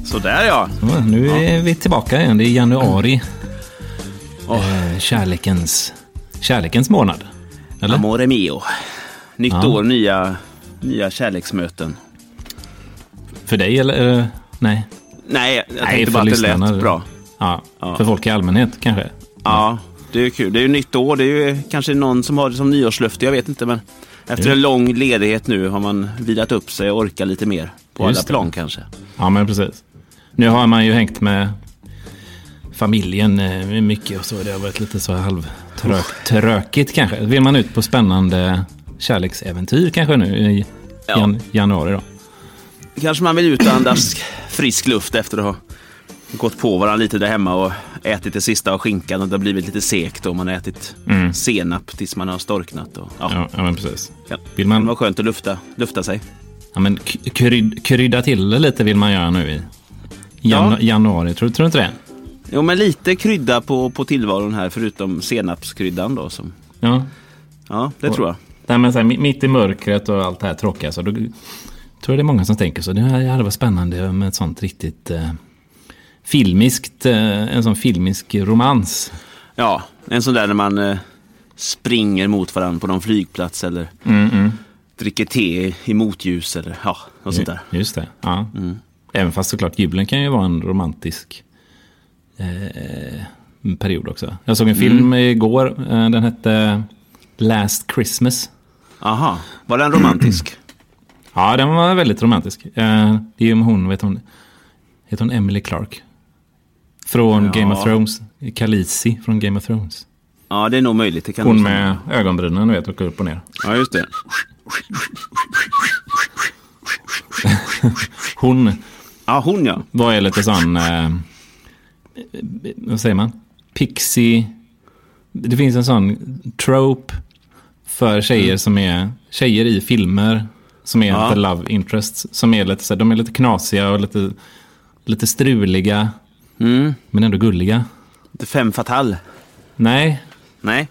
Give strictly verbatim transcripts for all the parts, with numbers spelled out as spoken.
Så där ja. Så, nu är ja. vi tillbaka igen. Det är januari. Oh. Eh, kärlekens, kärlekens månad. Eller? Amore mio. Nytt ja. år, nya, nya kärleksmöten. För dig eller? Eh, nej. Nej, jag nej, tänkte bara att det lät bra. Ja, ja, för folk i allmänhet kanske. Ja, det är kul. Det är ju nytt år. Det är ju kanske någon som har det som nyårslöfte. Jag vet inte, men efter mm. en lång ledighet nu har man vilat upp sig och orkar lite mer på Just alla plan det. Kanske. Ja, men precis. Nu har man ju hängt med familjen mycket och så. Det har varit lite så halvtrökigt kanske. Vill man ut på spännande kärleksäventyr kanske nu i jan- ja. januari då? Kanske man vill ut och andas frisk luft efter att ha gått på varandra lite där hemma och ätit det sista av skinkan och det har blivit lite sekt och man har ätit mm. senap tills man har storknat. Och, ja. Ja, ja, men precis. Ja. Vill man... Det var skönt att lufta, lufta sig. Ja, men kryd, krydda till det lite vill man göra nu i jan- ja. januari. Tror, tror du inte det? Jo, men lite krydda på, på tillvaron här förutom senapskryddan då. Som... Ja. Ja, det och, tror jag. Nej, men så här, mitt i mörkret och allt det här tråkiga så då tror jag det är många som tänker så. Det hade varit spännande med ett sånt riktigt... Eh, filmiskt, en sån filmisk romans. Ja, en sån där när man eh, springer mot varandra på någon flygplats eller mm, mm. dricker te i motljus eller ja, och sånt där. Just det, ja. Mm. Även fast såklart julen kan ju vara en romantisk eh, period också. Jag såg en film mm. igår, eh, den hette Last Christmas. Aha, var den romantisk? Ja, den var väldigt romantisk. Eh, det är ju hon, vet hon, heter hon Emily Clark? Från ja. Game of Thrones. Khaleesi från Game of Thrones. Ja, det är nog möjligt. Det kan hon med ögonbrynen, vet, åker upp och ner. Ja, just det. hon. Ja, hon ja. Var ju lite sån, eh, vad säger man? Pixie. Det finns en sån trope för tjejer mm. som är, tjejer i filmer som är ja. the love interests. Som är lite så, de är lite knasiga och lite, lite struliga. Mm. Men ändå gulliga. Det fem fatal. Nej. Nej.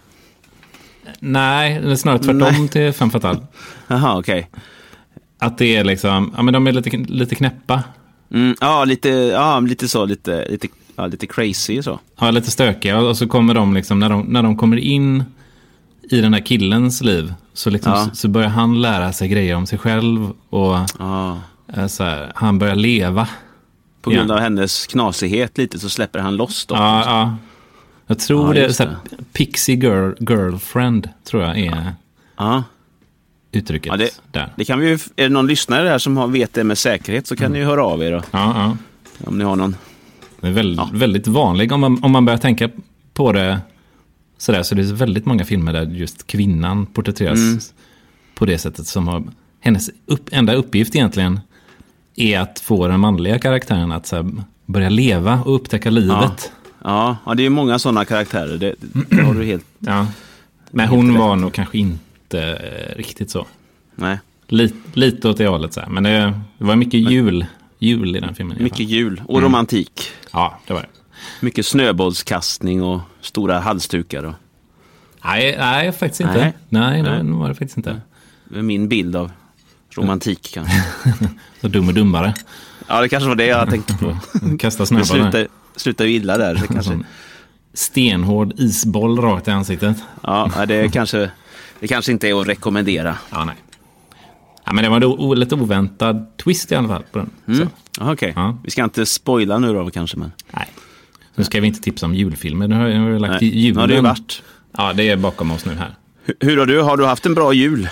Nej, det är snarare tvärtom Nej. till fem fatal. Jaha, okej. Okay. Att det är liksom, ja men de är lite, lite knäppa. Mm, ja, lite, ja, lite så, lite, lite, ja, lite crazy så. Ja, lite stökiga. Och så kommer de liksom, när de, när de kommer in i den här killens liv så, liksom, ja. så, så börjar han lära sig grejer om sig själv och ja. så här, han börjar leva. På grund ja. av hennes knasighet lite så släpper han loss då. Ja, ja. Jag tror ja, det är så här, Pixie girl, girlfriend tror jag är ja. uttrycket ja, det, där. Det kan vi ju, är det någon lyssnare här som har vet det med säkerhet så kan mm. ni ju höra av er då. Ja, ja. Om ni har någon. Det är väldigt, ja. väldigt vanligt om man, om man börjar tänka på det sådär, så det är väldigt många filmer där just kvinnan porträtteras mm. på det sättet som har hennes upp, enda uppgift egentligen är att få den manliga karaktären att så här, börja leva och upptäcka livet. Ja, ja, ja det är många sådana karaktärer. Det, det har du helt... Ja. Men hon helt var rätt. nog kanske inte eh, riktigt så. Nej. Lite, lite åt det hållet så här. Men det, det var mycket jul, jul i den filmen. I mycket jul och mm. romantik. Ja, det var det. Mycket snöbollskastning och stora halsdukar. Och... Nej, nej, faktiskt inte. Nej, nej, nej. det var det faktiskt inte. Det är min bild av romantik kanske. Så dum och dummare. Ja, det kanske var det jag tänkte på. Kasta snöbollar. Sluta, sluta ju illa där. Så kanske... Stenhård isboll rakt i ansiktet. Ja, det kanske, det kanske inte är att rekommendera. Ja, nej. Ja, men det var en o- lite oväntad twist i alla fall på den. Mm. Okej, okay. ja. Vi ska inte spoila nu då kanske. Men... Nej, nu ska vi inte tipsa om julfilmer. Nu har vi lagt nej. julen. Ja, det är varit. Ja, det är bakom oss nu här. Hur, hur har du? Har du haft en bra jul?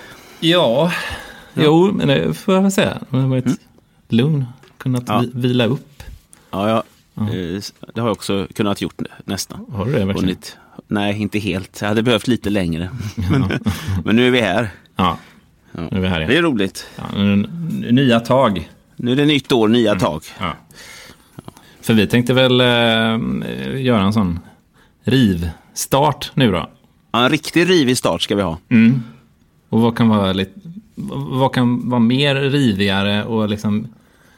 Ja, ja. jo, men det får jag väl säga. Det har varit mm. lugn, kunnat ja. vi, vila upp. Ja, ja. ja. Det har jag också kunnat gjort nästan. Har du det verkligen? Hunnit. Nej, inte helt. Jag hade behövt lite längre. men, men nu är vi här. Ja, nu är vi här igen. Det är roligt. Ja, nu, nya tag. Nu är det nytt år, nya mm. tag. Ja. Ja. För vi tänkte väl äh, göra en sån rivstart nu då. Ja, en riktig rivig start ska vi ha. Mm. Och vad kan vara lite, vad kan vara mer rivigare och liksom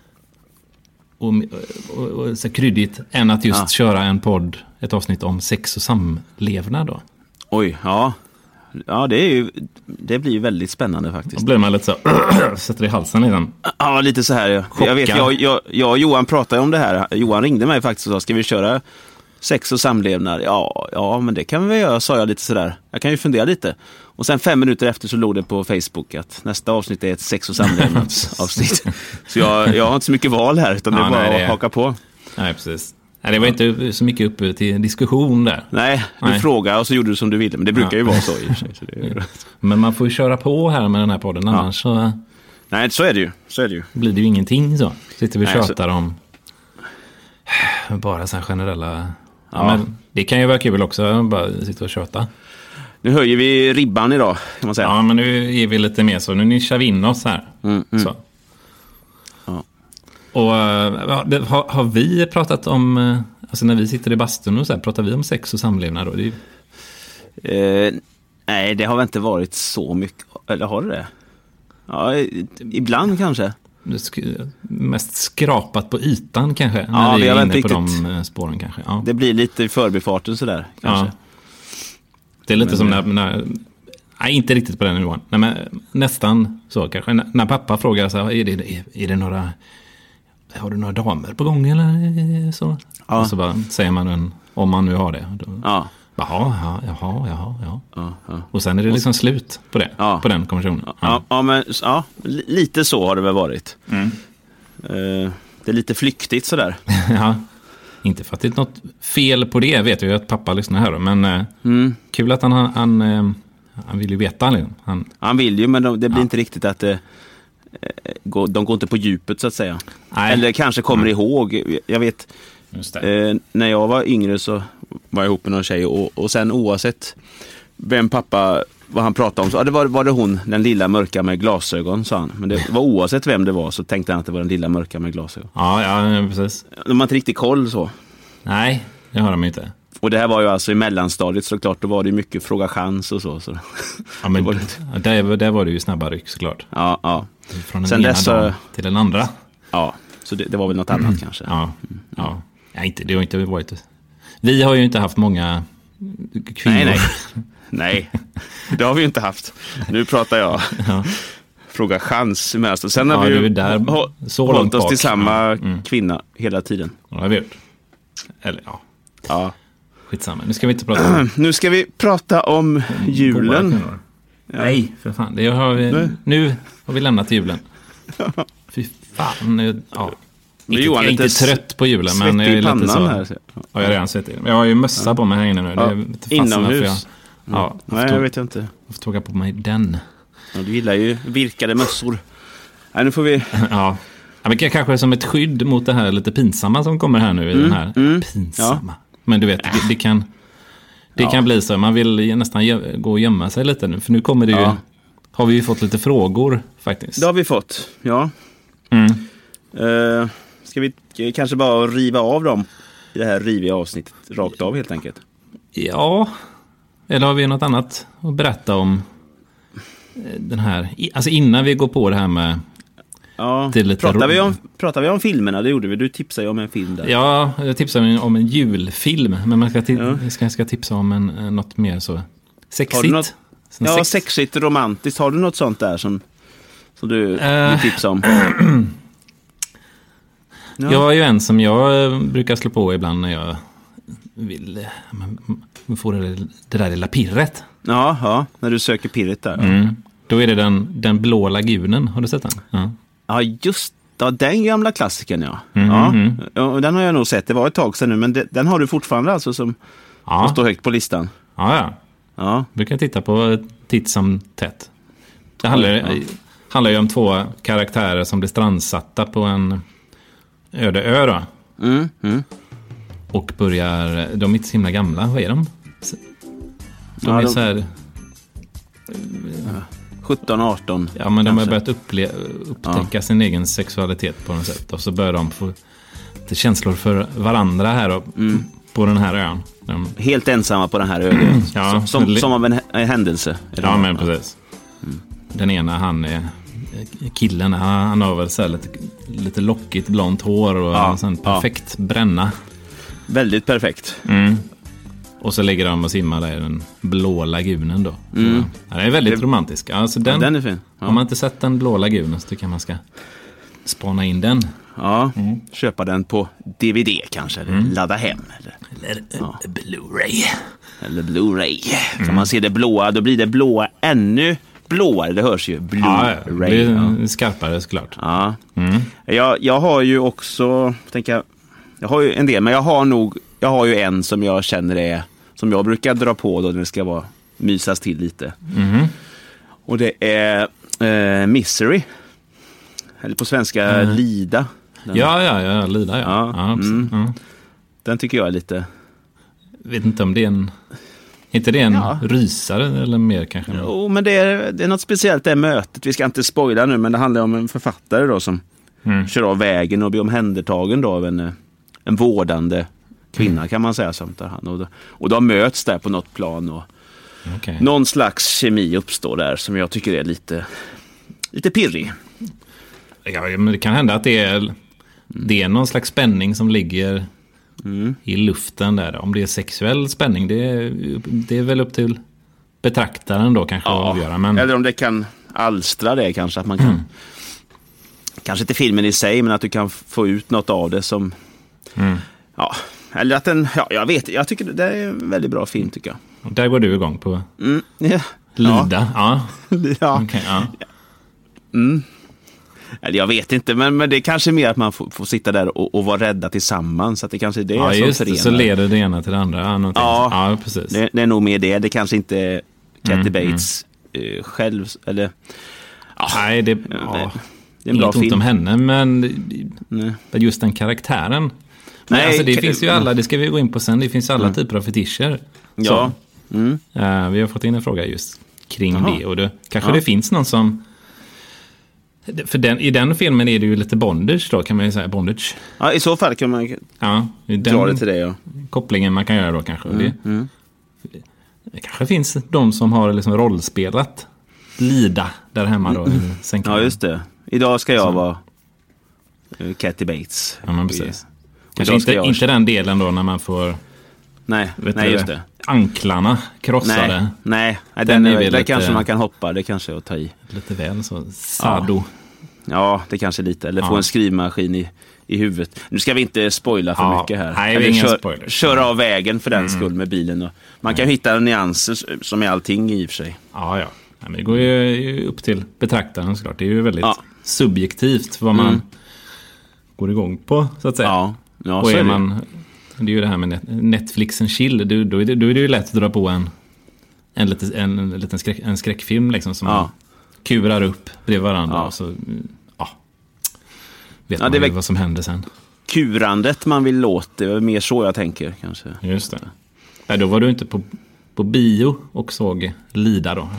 och, och, och så kryddigt än att just ja. köra en podd, ett avsnitt om sex och samlevnad då. Oj, ja. ja, det är ju, det blir ju väldigt spännande faktiskt. Då blir man lite så, sätter i halsen liksom. Ja, lite så här. Ja. Jag vet, jag, jag, jag och Johan pratade om det här. Johan ringde mig faktiskt och sa, ska vi köra sex och samlevnad? Ja, ja, men det kan vi göra, sa jag lite sådär. Jag kan ju fundera lite. Och sen fem minuter efter så låg det på Facebook att nästa avsnitt är ett sex och samlevnadsavsnitt. Så jag, jag har inte så mycket val här, utan det är ja, bara nej, det... att haka på. Nej, precis. Nej, det var inte så mycket uppe till diskussion där. Nej, du nej. frågade och så gjorde du som du ville. Men det brukar ja. ju vara så i och för sig. Så det är... Men man får ju köra på här med den här podden. Annars ja. så... Nej, så är det ju. Så är det ju. Blir det ju ingenting så. Sitter vi och tjatar så... om bara så här generella... Ja. Ja, men det kan ju vara kul också, bara sitta och tjata. Nu höjer vi ribban idag, kan man säga. Ja, men nu är vi lite mer så. Nu nischar vi in oss här. Mm, mm. Så. Ja. Och har, har vi pratat om... Alltså när vi sitter i bastun och så här, pratar vi om sex och samlevnad då? Det är ju... eh, nej, det har väl inte varit så mycket. Eller har det det? Ja, ibland kanske. Mest skrapat på ytan kanske. Ja, när vi, vi är inne inne riktigt... på de spåren kanske. Ja. Det blir lite i förbifarten sådär kanske. Ja. Det är lite men, som när, när... Nej, inte riktigt på den nivån. Nej, men nästan så kanske. När, när pappa frågar så här, är det, är, är det några... Har du några damer på gång eller så? Ja. Och så bara säger man en, om man nu har det. Då, ja. Jaha, ja, jaha, jaha, ja. Ja, ja. Och sen är det liksom slut på det, ja. på den konversationen. Ja, ja. ja, men ja, lite så har det väl varit. Mm. Uh, det är lite flyktigt sådär. Ja, inte för att det är något fel på det, vet jag ju att pappa lyssnar här. Men uh, mm. kul att han, han, uh, han vill ju veta. Han, han vill ju, men de, det blir ja. inte riktigt att det... De går inte på djupet så att säga. Nej. Eller kanske kommer mm. ihåg. Jag vet, eh, när jag var yngre så var jag ihop med någon tjej. Och, och sen oavsett vem pappa, vad han pratade om, så ja, det var, var det hon, den lilla mörka med glasögon, sa han. Men det var oavsett vem det var så tänkte han att det var den lilla mörka med glasögon. Ja, ja, precis. De har inte riktigt koll så. Nej, det har de inte. Och det här var ju alltså i mellanstadiet såklart. Då var det mycket fråga chans och så. så. Ja, men var det... där, där var det ju snabba ryck såklart. Ja, ja. Från den sen ena dagen till den andra. Ja, så det, det var väl något annat mm. kanske. Ja, mm. ja. ja inte, det har inte varit... Vi har ju inte haft många kvinnor. Nej, nej. Nej, det har vi ju inte haft. Nu pratar jag. Ja. Fråga chans mest. Sen har ja, vi ju där, så hållit oss till samma ja. mm. kvinna hela tiden. Ja, det har vi gjort. Eller ja. Ja. Skitsamma. Nu ska vi inte prata om... Nu ska vi prata om, om julen. Ja. Nej, för fan. Det har vi, nu har vi lämnat julen. Fy fan. Nu, ja. Inte, jag är inte trött på julen, men jag är lite så... Här, så. Ja, jag är redan svettig. Jag har ju mössa ja. på mig här inne nu. Ja. Det är lite inomhus. Jag, ja, Nej, jag, jag vet inte. Jag får tåga på mig den. Ja, du gillar ju virkade mössor. Nej, nu får vi... Ja. Ja, men kanske som ett skydd mot det här lite pinsamma som kommer här nu i mm. den här. Mm. Pinsamma. Ja. Men du vet, det, det kan... Det ja. kan bli så. Man vill nästan gö- gå och gömma sig lite nu. För nu kommer det ju... Ja. Har vi ju fått lite frågor faktiskt. Det har vi fått, ja. Mm. Uh, ska vi kanske bara riva av dem i det här riviga avsnittet rakt av helt enkelt? Ja. Eller har vi något annat att berätta om den här... Alltså innan vi går på det här med... Ja, pratar, ro- vi om, pratar vi om filmerna? Det gjorde vi. Du tipsade ju om en film där. Ja, jag tipsade om en julfilm. Men man ska, ti- ja. ska, ska tipsa om en, något mer så sexigt. Något, ja, sex. sexigt, romantiskt. Har du något sånt där som, som du uh, vill tipsa om? Ja. Jag har ju en som jag brukar slå på ibland när jag vill man får det, det där lilla pirret. Ja, ja, när du söker pirret där. Mm. Då är det den, den blå lagunen. Har du sett den? Ja. Ja, just ja, den gamla klassikern, ja. Mm, ja. Mm. ja. Den har jag nog sett, det var ett tag sedan nu, men det, den har du fortfarande alltså som, ja. som står högt på listan. Ja, ja. Ja. Brukar titta på titt som tätt. Det handlar, ja. handlar ju om två karaktärer som blir strandsatta på en öde ö då. Mm, mm. Och börjar, de är inte så himla gamla, vad är de? De ja, är de... så här... sjutton arton. Ja, men de har börjat upple- upptäcka ja. sin egen sexualitet på något sätt. Och så börjar de få lite känslor för varandra här och, mm. på den här ön. De... Helt ensamma på den här ön. ja, som, som, som av en, en händelse. Ja, men precis. Mm. Den ena, han är killen, han, han har väl så här lite, lite lockigt blont hår och ja. en sån perfekt ja. bränna. Väldigt perfekt. Mm. Och så ligger de och simmar där i den blå lagunen då. Mm. Ja, det är väldigt det, romantisk. Alltså den, ja, den är fin. Ja. Om man inte sett den blå lagunen så tycker jag man ska spana in den. Ja, mm. köpa den på D V D kanske, eller mm. ladda hem. Eller, eller ja. Blu-ray. Eller Blu-ray. Mm. Kan man se det blåa, då blir det blåa ännu blåare, det hörs ju. Blu-ray. Ja, det blir ja. skarpare såklart. Ja. Mm. Jag, jag har ju också, tänker, jag har ju en del, men jag har nog, jag har ju en som jag känner är, som jag brukar dra på då när det ska vara mysas till lite. Mm. Och det är eh, Misery. Eller på svenska mm. Lida. Den. Ja, ja, ja, Lida, ja. ja, ja mm. ja. Den tycker jag är lite... Vet inte om det är en... Inte det en ja. rysare eller mer kanske? Jo, men det är, det är något speciellt det mötet. Vi ska inte spoila nu, men det handlar om en författare då som mm. kör av vägen och blir omhändertagen då av en, en vårdande kvinna mm. kan man säga som tar hand. Och, och de möts där på något plan och okay. någon slags kemi uppstår där som jag tycker är lite, lite pirrig. Ja, men det kan hända att det är, mm. det är någon slags spänning som ligger mm. i luften där. Om det är sexuell spänning, det är, det är väl upp till betraktaren då kanske ja. att avgöra. Men... Eller om det kan alstra det kanske, att man kan... Mm. Kanske inte filmen i sig, men att du kan få ut något av det som... Mm. Ja, eller att den... Ja, jag vet, jag tycker det är en väldigt bra film tycker jag. Och där går du igång på mm. ja. Lida. Ja. ja. Okay, ja. Mm. Eller jag vet inte, men, men det är kanske mer att man får, får sitta där och, och vara rädda tillsammans. Att det kanske är det ja, som just förenar. Det, så leder det ena till det andra. Ja, ja, ja precis. Det, det är nog mer det. Det kanske inte är Kathy mm, Bates mm. Uh, själv. Eller, ja, nej, det, ja, det, det är en bra film. Inte ont om henne, men nej. just den karaktären. Men nej, alltså, det finns ju alla, det ska vi gå in på sen. Det finns alla mm. typer av fetischer. Ja. Mm. Uh, vi har fått in en fråga just kring Aha. det. Och det, kanske ja. det finns någon som... För den, i den filmen är det ju lite bondage då, kan man ju säga. Bondage. Ja, i så fall kan man ja, dra det till det, ja. Kopplingen man kan göra då kanske. Mm, det, mm. det kanske finns de som har liksom rollspelat Lida där hemma då. Mm. Sen ja, just det. Idag ska jag så. vara uh, Kathy Bates. Ja, men precis. Kanske inte, jag... inte den delen då när man får... Nej, nej just det. Anklarna krossade. Nej, nej, nej den, den är väl där lite, kanske man kan hoppa, det kanske är att ta i. Lite väl så, sado. Ja, ja det kanske är lite. Eller ja. få en skrivmaskin i, i huvudet. Nu ska vi inte spoila för ja, mycket här. Nej, Eller kör, spoilers. köra av vägen för den mm. skull med bilen. Och man kan nej. hitta nyanser som är allting i och för sig. Ja, ja. Nej, men det går ju upp till betraktaren såklart. Det är ju väldigt ja. subjektivt vad man mm. går igång på, så att säga. Ja, ja och så är är det. man... Det är ju det här med Netflix and chill. Då, då, då är det ju lätt att dra på en en, lite, en, en liten skräck, en skräckfilm liksom, som ja. man kurar upp bredvid varandra. Ja. Och så ja, vet ja, man det är vad som händer sen. Kurandet man vill låta, det är mer så jag tänker kanske. Just det. Ja, då var du inte på, på bio och såg Lida då?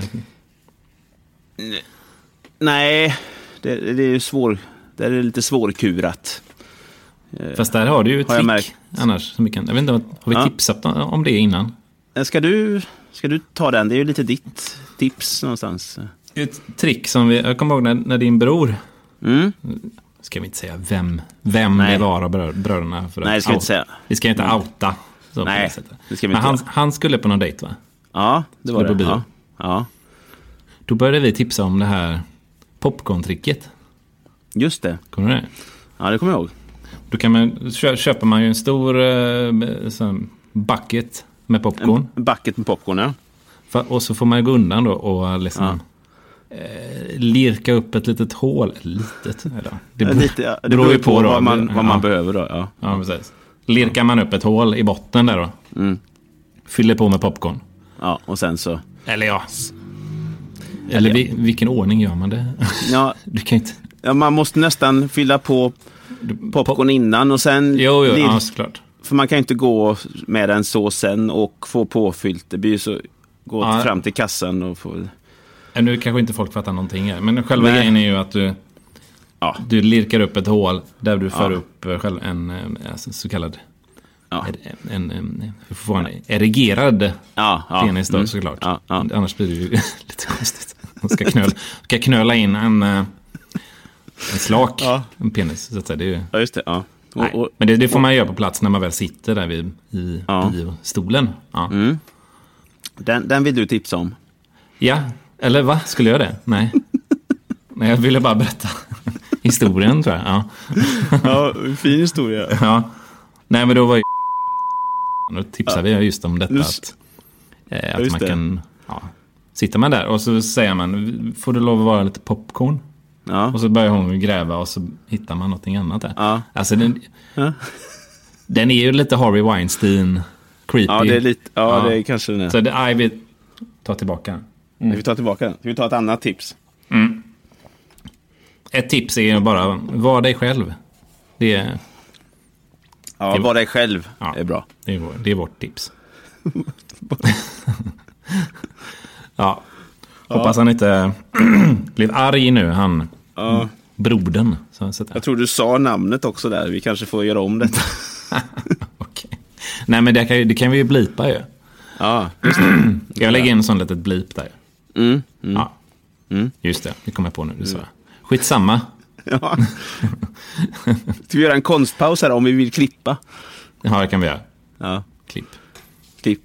Nej, det, det är ju svår, det är lite svårkurat. Fast där har du ju ett trick annars som vi kan, jag vet inte, har vi ja. tipsat om det innan? Ska du, ska du ta den? Det är ju lite ditt tips någonstans. Ett trick som vi, jag kommer ihåg när, när din bror mm. ska vi inte säga vem, vem det var av brö, bröderna för Nej, det ska vi inte säga. Vi ska inte mm. outa så Nej, på det det ska vi Men inte han, han skulle på någon dejt, va? Ja, det var skulle det. På bio. Ja. ja. Då började vi tipsa om det här popcorn-tricket. Just det. Kommer du det? Ja, det kommer jag ihåg. Då kan man, köper man ju en stor eh, sån bucket med popcorn. En bucket med popcorn, ja. För, och så får man gå undan då och liksom ja. eh, lirka upp ett litet hål. Litet, eller? Det beror, Lite, ja. det beror ju på, på vad man, vad man ja. behöver då. Ja, ja precis. Lirkar man upp ett hål i botten där då. Mm. Fyller på med popcorn. Ja, och sen så... Eller ja. Eller, eller vi, vilken ordning gör man det? Ja, du kan inte... ja, man måste nästan fylla på popcorn Pop- innan och sen... Jo, jo, lir- ja, såklart. För man kan inte gå med den så sen och få påfyllt. Det blir ju så... Gå ja. fram till kassan och få... Ja, nu kanske inte folk fattar någonting här. Men själva grejen är ju att du... Ja. Du lirkar upp ett hål där du för ja. upp själv en, en så kallad... Ja. En, en, en erigerad ja, ja. penis då, mm. såklart. Ja, ja. Annars blir det ju lite konstigt. Man ska knöla, ska knöla in en, en slak ja. en penis. Så att säga. Det är ju... Ja, just det. Ja. Och, Nej, och, men det, det får man göra på plats när man väl sitter där vid, i Ja. biostolen. Ja. mm. den, den vill du tipsa om. ja, eller va? Skulle jag det? Nej. Nej, jag ville bara berätta historien, tror jag. Ja. Ja, fin historia. Ja. Nej, men då var ju... Då tipsade vi just om detta. Just- Att, eh, att just man det. kan... Ja, sitter man där och så säger man, får du lov att vara lite popcorn? Ja. Och så börjar hon gräva och så hittar man någonting annat där. Ja. Alltså, den, Ja. den är ju lite Harvey Weinstein creepy. Ja, det är lite, ja, Ja. det är kanske den är. Så det, aj, vi tar tillbaka. Ska vi ta tillbaka den? Ska vi ta ett annat tips? Ett tips är ju bara, var dig själv. Det är, Ja, Det- var dig själv Ja. är bra. det är, vår, det är vårt tips. Ja. Hoppas han inte blev arg nu, han. Ja. Brodern. Så, så Jag tror du sa namnet också där. Vi kanske får göra om detta. Okej. Nej, men det kan, ju- det kan vi ju blipa ju. Ja, Jag lägger in en sån litet blip där. mm, mm. Ja. Mm. Just det, det kommer jag på nu. Det sa jag. Skitsamma. Ja. Ska vi göra en konstpaus här om vi vill klippa? Ja, det kan vi göra. Ja, Klipp. klipp.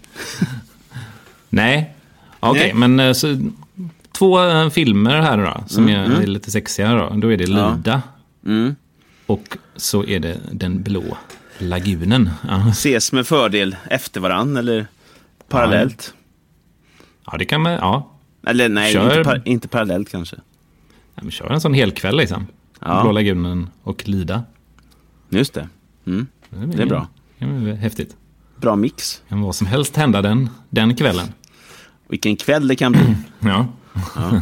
Nej. Okej, Nej. men eh, så, två eh, filmer här då, som är, är lite sexiga då. Då är det Ja. Lida. Mm. Och så är det Den blå lagunen. Ja, Ses med fördel efter varann eller parallellt? ja det kan man, ja. Eller nej, Kör. inte, par, inte parallellt kanske. Ja, men kör en sån hel kväll liksom. Ja. Blå lagunen och Lida. Just det. Mm. Det är bra. Det är häftigt. Bra mix. Kan vad som helst hända den, den kvällen. Vilken kväll det kan bli. Ja. Ja.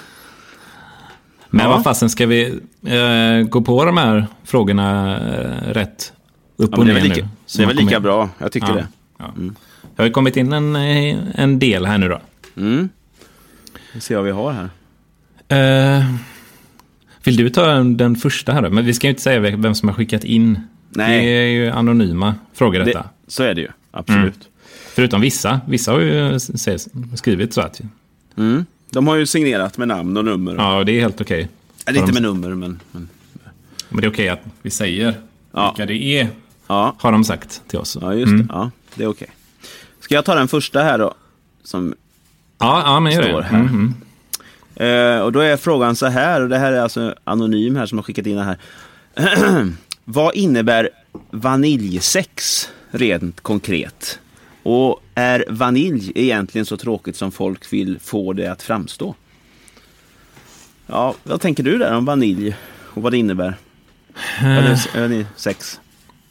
Men Ja. vad fasen, ska vi eh, gå på de här frågorna eh, rätt upp Ja, och men det är ner väl lika, nu? Så det är man väl lika kommer- bra. Jag tycker Ja. det. Ja. Det har ju kommit in en, eh, en del här nu då. Mm. Vi ser vad vi har här. Eh, vill du ta den, den första här då? Men vi ska ju inte säga vem som har skickat in. Nej. Det är ju anonyma frågor detta. Det, så är det ju, absolut. Förutom vissa. Vissa har ju s- skrivit så att... Mm. De har ju signerat med namn och nummer. Ja, det är helt okej. Eller Har inte de- med nummer, men... men Men det är okej att vi säger Ja. vilka det är, ja. har de sagt till oss. ja, just det. Ja, det är okej. Ska jag ta den första här då? Som, Ja, ja men gör Står det. här. Mm, mm. eh, och då är frågan så här, och det här är alltså anonym här som har skickat in det här. Vad innebär vaniljsex rent konkret? Och är vanilj egentligen så tråkigt som folk vill få det att framstå? Ja, vad tänker du där om vanilj och vad det innebär? Eller är ni sex?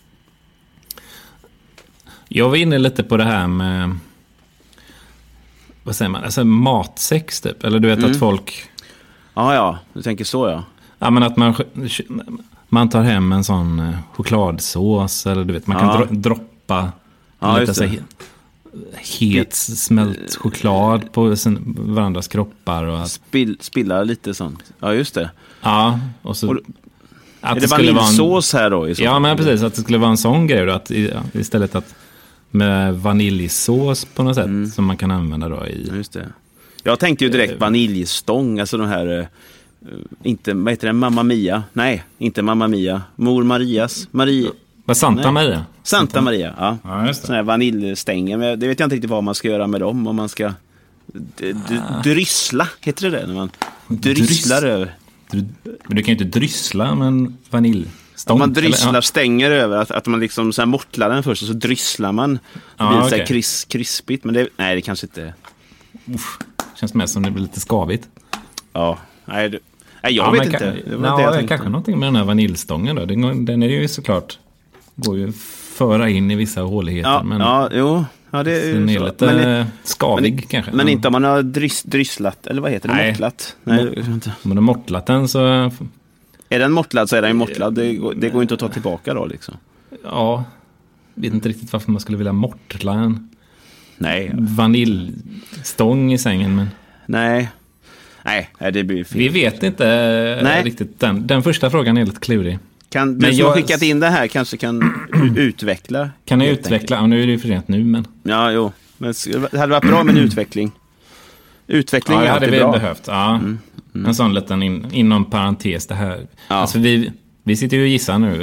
Jag var inne lite på det här med, vad säger man, alltså matsex typ. Eller du vet Mm. att folk, Ja, ja, du tänker så, ja. ja men att man, man tar hem en sån eh, chokladsås. Eller du vet, man kan Ja. dro- droppa Ja, lite just så det. här het smält choklad på sin, varandras kroppar. Och att, Spill, spilla lite sånt. Ja, just det. ja, och så... Och, att är det skulle vara en- vaniljsås här då? I så Ja, fall? men precis. Att det skulle vara en sån grej då. Att i- istället att med vaniljsås på något sätt Mm. som man kan använda då i... Ja, just det. Jag tänkte ju direkt vaniljstång, alltså de här, eh, inte, vad heter det, Mamma Mia? Nej, inte Mamma Mia. Mor Marias, Marie, Vad Santa Nej. Maria? Santa Maria, ja. Ja, just Såna här vaniljstänger, men det vet jag inte riktigt vad man ska göra med dem. Om man ska d- d- dryssla, heter det det? När man drysslar över. Du, men du kan ju inte dryssla med en vaniljstång. Om man drysslar, Eller, stänger över, att, att man liksom så här mortlar den först och så drysslar man. Det Ja, blir så här okej. kris, krispigt, men det, nej, det kanske inte... ja, känns mest som det blir lite skavigt. Ja, nej, det, nej jag ja, vet men inte. Kan, Det var ja, det jag det tänkte. kanske någonting med den här vaniljstången då. Den, den är ju såklart... Går ju att föra in i vissa håligheter. Ja, men ja, jo. Ja, det är ju den är så. lite Men, skavig men, kanske. men Ja. inte om man har dryss, drysslat, eller vad heter det? Nej. Mortlat? Nej, jag vet inte. Om du har mortlat den så... Är den mortlad så är den ju mortlad. Det, går- det går inte att ta tillbaka då liksom. Ja, vet inte riktigt varför man skulle vilja mortla en Nej, vaniljstång i sängen. Men nej. Nej, nej, det blir fel. vi vet inte Nej. riktigt. Den, den första frågan är lite klurig. Kan, du Men som har jag- skickat in det här kanske kan u- utveckla. Kan jag helt utveckla? Ja, nu är det ju för sent nu, men... enkelt. Ja, jo. Men det hade varit bra med en utveckling. Utveckling Ja, är det hade alltid vi bra. behövt. Ja. En sån liten in, inom parentes det här. Ja. Alltså vi, vi sitter ju och gissar nu.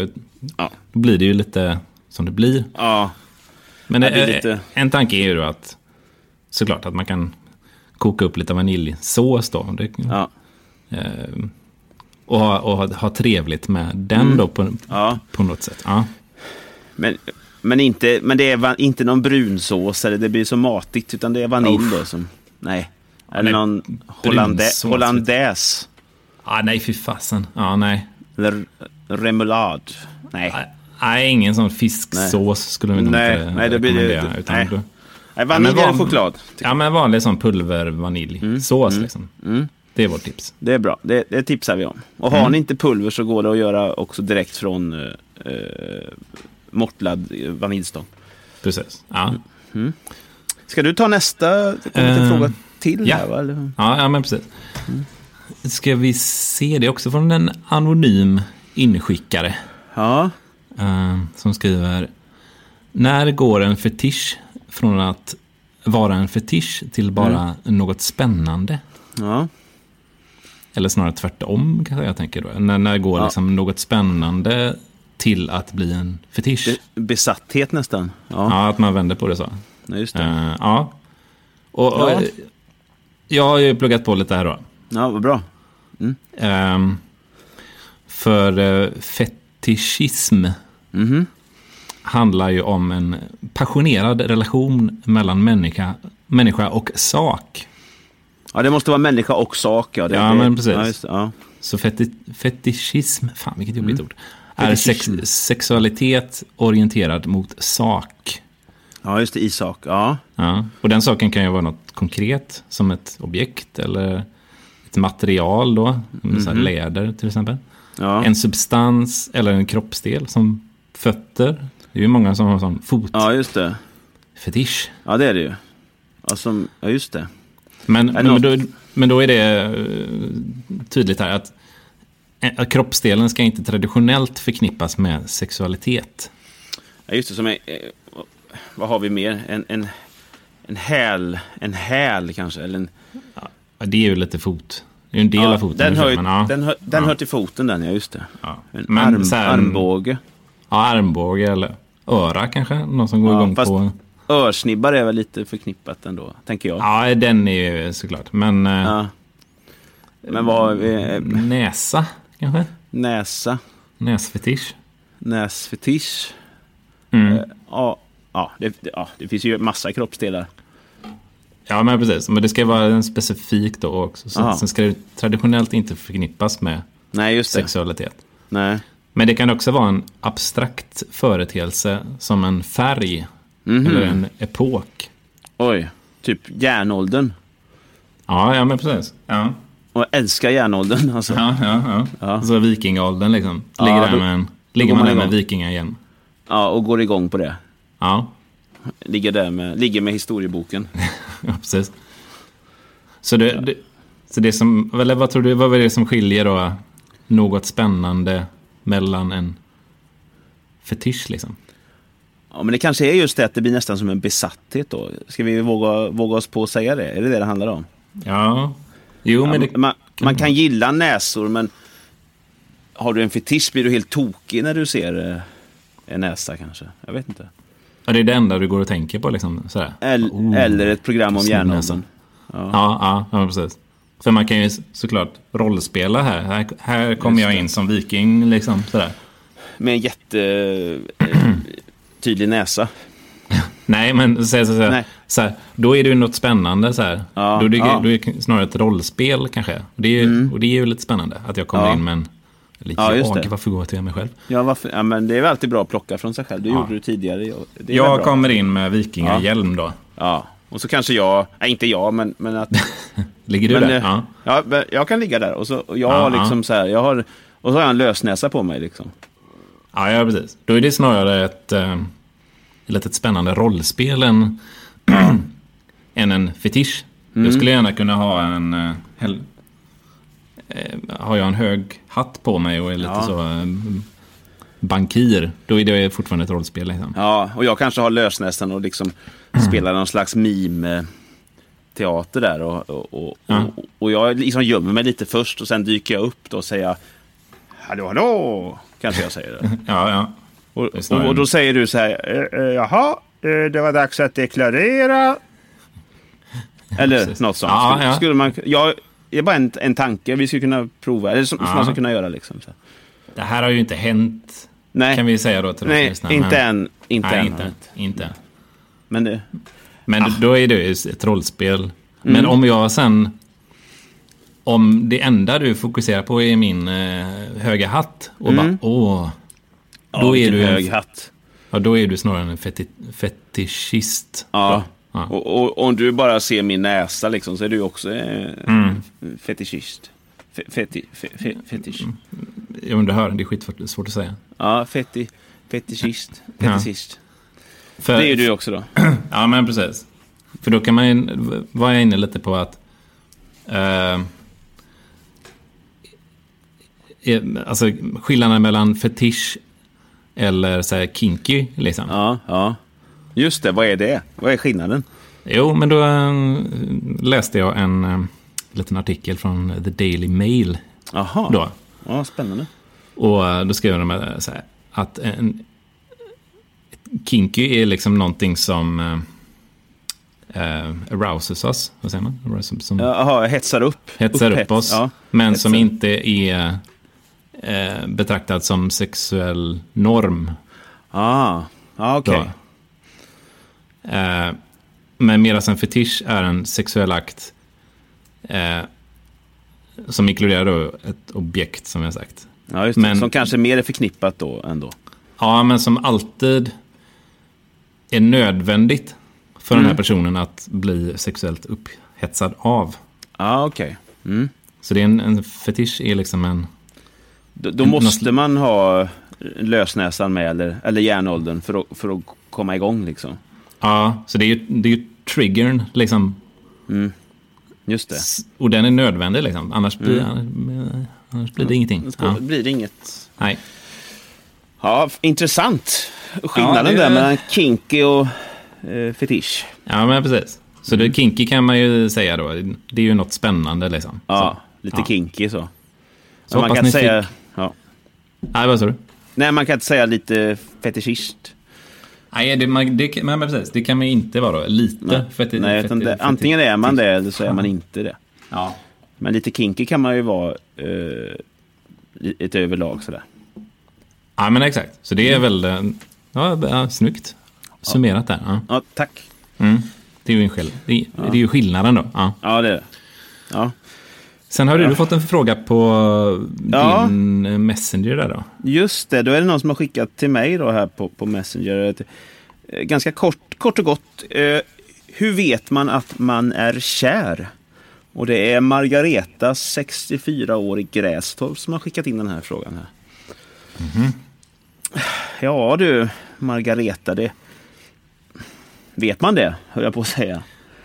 Ja. Då blir det ju lite som det blir. Ja. Men det det, blir lite... en tanke är ju då att såklart att man kan koka upp lite vaniljsås då. Det, Ja. eh, och ha, och ha, ha trevligt med den mm. då på, ja. på något sätt. Ja. Men, men, inte, men det är va, inte någon brunsås eller det blir så matigt utan det är vanilj oh. då som... Nej. Ja, eller någon hollande, hollandaise. Ah, nej, fy fasen. Ja, nej. Eller remoulad. Nej. Nej, ingen sån fisksås skulle vi nog nej, inte nej, det blir det. Utan nej. Då, nej, vanilj ja, eller choklad. Ja, men vanlig sån pulvervaniljsås mm, liksom. Mm. Det är vårt tips. Det är bra, det, det tipsar vi om. Och har mm. ni inte pulver så går det att göra också direkt från uh, uh, mortlad vaniljstång. Precis, ja. Mm. Mm. Ska du ta nästa uh, fråga till ja. här, va? Eller? Ja, ja, men precis. Mm. Ska vi se det också från en anonym inskickare. Ja. Uh, som skriver: när går en fetisch från att vara en fetisch till bara mm. något spännande? Ja. Eller snarare tvärtom kanske jag tänker då. När, när går ja. liksom något spännande till att bli en fetisch? Be- besatthet nästan. Ja. ja, att man vänder på det så. Ja, just det. Uh, ja. Och, och ja. jag har ju pluggat på lite här då. Ja, vad bra. Mm. Um, för uh, fetischism mm-hmm. handlar ju om en passionerad relation mellan människa, människa och sak. Ja, det måste vara människa och sak. Ja, det, ja det, men precis. Ja, just, ja. Så feti, fetischism, fan vilket jobbigt mm. ord, är sex, sexualitet orienterad mot sak. Ja, just det, i sak. Ja. Ja. Och den saken kan ju vara något konkret, som ett objekt eller ett material då, mm-hmm. så här läder till exempel. Ja. En substans eller en kroppsdel som fötter. Det är ju många som har sån fot. Ja, just det. Fetisch. Ja, det är det ju. Alltså, ja, just det. Men, men, men, då, men då är det tydligt här att, att kroppsdelen ska inte traditionellt förknippas med sexualitet. Ja, just det. Som är, vad har vi mer? En, en, en häl, en häl kanske? Eller en... Ja, det är ju lite fot. Det är en del ja, av foten. Den, hör, men, ja. den, hör, den ja. hör till foten, den, ja, just det. Ja. En men, arm, här, armbåge. Ja, armbåge eller öra kanske. Någon som går ja, igång på... Örsnibbar är väl lite förknippat ändå, tänker jag. Ja, den är ju såklart. Men, ja. Men vad... Eh, näsa, kanske? Näsa. Näsfetisch. Näsfetisch. Mm. Eh, ja, ja, det, ja, det finns ju massa kroppsdelar. Ja, men precis. Men det ska vara en specifik då också. Så sen ska det traditionellt inte förknippas med Nej, just det. sexualitet. Nej. Men det kan också vara en abstrakt företeelse som en färg. Mm-hmm. Eller en epok. Oj, typ järnåldern. Ja, ja men precis. Ja. Och jag älskar järnåldern. Alltså. Ja, ja, ja. ja. Så vikingaåldern liksom. Ligger, ja, där då, med en, ligger man, man där med vikingar igen. Ja, och går igång på det. Ja. Ligger där med, ligger med historieboken. Ja, precis. Så det, ja. det, så det som, eller vad tror du, vad är det som skiljer då något spännande mellan en fetisch liksom? Ja, men det kanske är just det att det blir nästan som en besatthet då. Ska vi våga, våga oss på att säga det? Är det det det handlar om? Ja. Jo, ja, men det... man, man kan gilla näsor, men har du en fetisch blir du helt tokig när du ser en näsa kanske. Jag vet inte. Ja, det är det enda du går och tänker på liksom. Sådär. Eller, oh, eller ett program om järnåldern. Ja. Ja, ja, ja, precis. För man kan ju såklart rollspela här. Här, här kommer jag in som viking liksom. Sådär. Med en jätte... tydlig näsa. Nej, men så, så, så, Nej. så här, då är det ju något spännande så här. Ja, då, är det, ja. då är det snarare ett rollspel kanske. Det är ju, mm. Och det är ju lite spännande att jag kommer ja. in med en lite ja, jag, varför går jag till mig själv? Ja, varför? Ja, men det är väl alltid bra att plocka från sig själv. Det ja. gjorde du tidigare. Det är jag kommer in med vikingahjälm då. Ja, och så kanske jag, nej inte jag, men, men att... Ligger du men, där? Ja. ja, jag kan ligga där. Och så och jag ja, har liksom ja. så här, jag har, och så har jag en lösnäsa på mig liksom. Ja, ja, precis. Då är det snarare ett, äh, ett spännande rollspel än, än en fetisch. Mm. Jag skulle gärna kunna ha en... Äh, hel, äh, har jag en hög hatt på mig och är lite ja. så... Äh, bankir, då är det fortfarande ett rollspel. Liksom. Ja, och jag kanske har lösnästan och liksom mm. spelar någon slags meme-teater där. Och, och, och, ja. och, och jag liksom gömmer mig lite först och sen dyker jag upp då och säger hallå, hallå! kanske jag säger det. ja, ja. Och, och, och då säger du så här, eh, eh, jaha, eh, det var dags att deklarera. Eller något sånt. Ja, skulle, ja. skulle man, ja, det är bara en, en tanke vi skulle kunna prova, eller som, Ja. som man skulle kunna göra liksom. Så. Det här har ju inte hänt, Nej. kan vi säga då till Nej, lyssnarna, inte men- än. Inte Nej, än. inte, inte. Men det, Men Ah. då är det ju ett rollspel. Mm. Men om jag sen... Om det enda du fokuserar på är min eh, höga hatt och Mm. bara, åh... ja, Då är vilken du en- hög hatt. Ja, då är du snarare en feti, fetischist. Ja. Ja. Och, och, och om du bara ser min näsa liksom, så är du också eh, Mm. fetischist. Fe, feti, fe, fe, fetisch. Ja, men du hör, det är skitsvårt svårt att säga. Ja, feti, fetischist. Ja. Fetischist. För, Det är ju du också då. Ja, men precis. För då kan man ju vara inne lite på att... Eh, är- alltså skillnaden mellan fetisch eller så här kinky, liksom. Ja, ja. Just det, vad är det? Vad är skillnaden? Jo, men då eh, läste jag en eh, liten artikel från The Daily Mail Jaha. då. Ja, spännande. Och eh, då skrev de eh, så här, att en kinky är liksom någonting som eh, eh, arouses oss, vad säger man? Arouses, som Jaha, hetsar upp. hetsar upp Upphets. oss, Ja. men hetsar. som inte är eh, betraktad som sexuell norm. Ah, ah okej. Då. Eh, men medan en fetisch är en sexuell akt eh, som inkluderar då ett objekt, som jag sagt. Ja, just det. Men- Som kanske mer är förknippat då ändå. Ja, men som alltid är nödvändigt för Mm. den här personen att bli sexuellt upphetsad av. Ja, ah, okej. Mm. Så det är en, en fetisch är liksom en... Då, då En- måste man ha lösnäsan med eller, eller järnåldern för att, för att komma igång liksom. Ja, så det är ju, det är ju triggern liksom. Mm. Just det. S- Och den är nödvändig liksom. Annars blir, annars, annars blir det ingenting. Då Ja. blir det inget. Nej. Ja, intressant. Skillnaden Ja, det- där mellan kinky och eh, fetisch. Ja, men precis. Så Mm. det kinky kan man ju säga då. Det är ju något spännande liksom. Ja, Så. lite Ja. kinky så. Så Men man hoppas kan ni inte säga... fick- Ja. Nej, vad sa du? Nej, man kan inte säga lite fetischist. Nej, det, man, det, men, men precis. Det kan man ju inte vara då. Lite. Nej, feti, Nej utan det, antingen är man det eller så är man inte det. Ja. Men lite kinky kan man ju vara eh, lite överlag sådär. Ja, men exakt. Så det är väl... eh, Ja, ja snyggt. Summerat där. Ja. Ja, tack. Mm. Det är ju en skill- det, är- det är ju skillnaden då. Ja. Ja, det är det. Ja. Sen har du, Ja. du fått en fråga på Ja. din eh, Messenger där då. Just det, då är det någon som har skickat till mig då här på, på Messenger. Ett, eh, ganska kort, kort och gott. Eh, hur vet man att man är kär? Och det är Margareta, sextiofyra år i Grästorp, som har skickat in den här frågan här. Mhm. Ja du, Margareta, det... Vet man det, höll jag på att säga.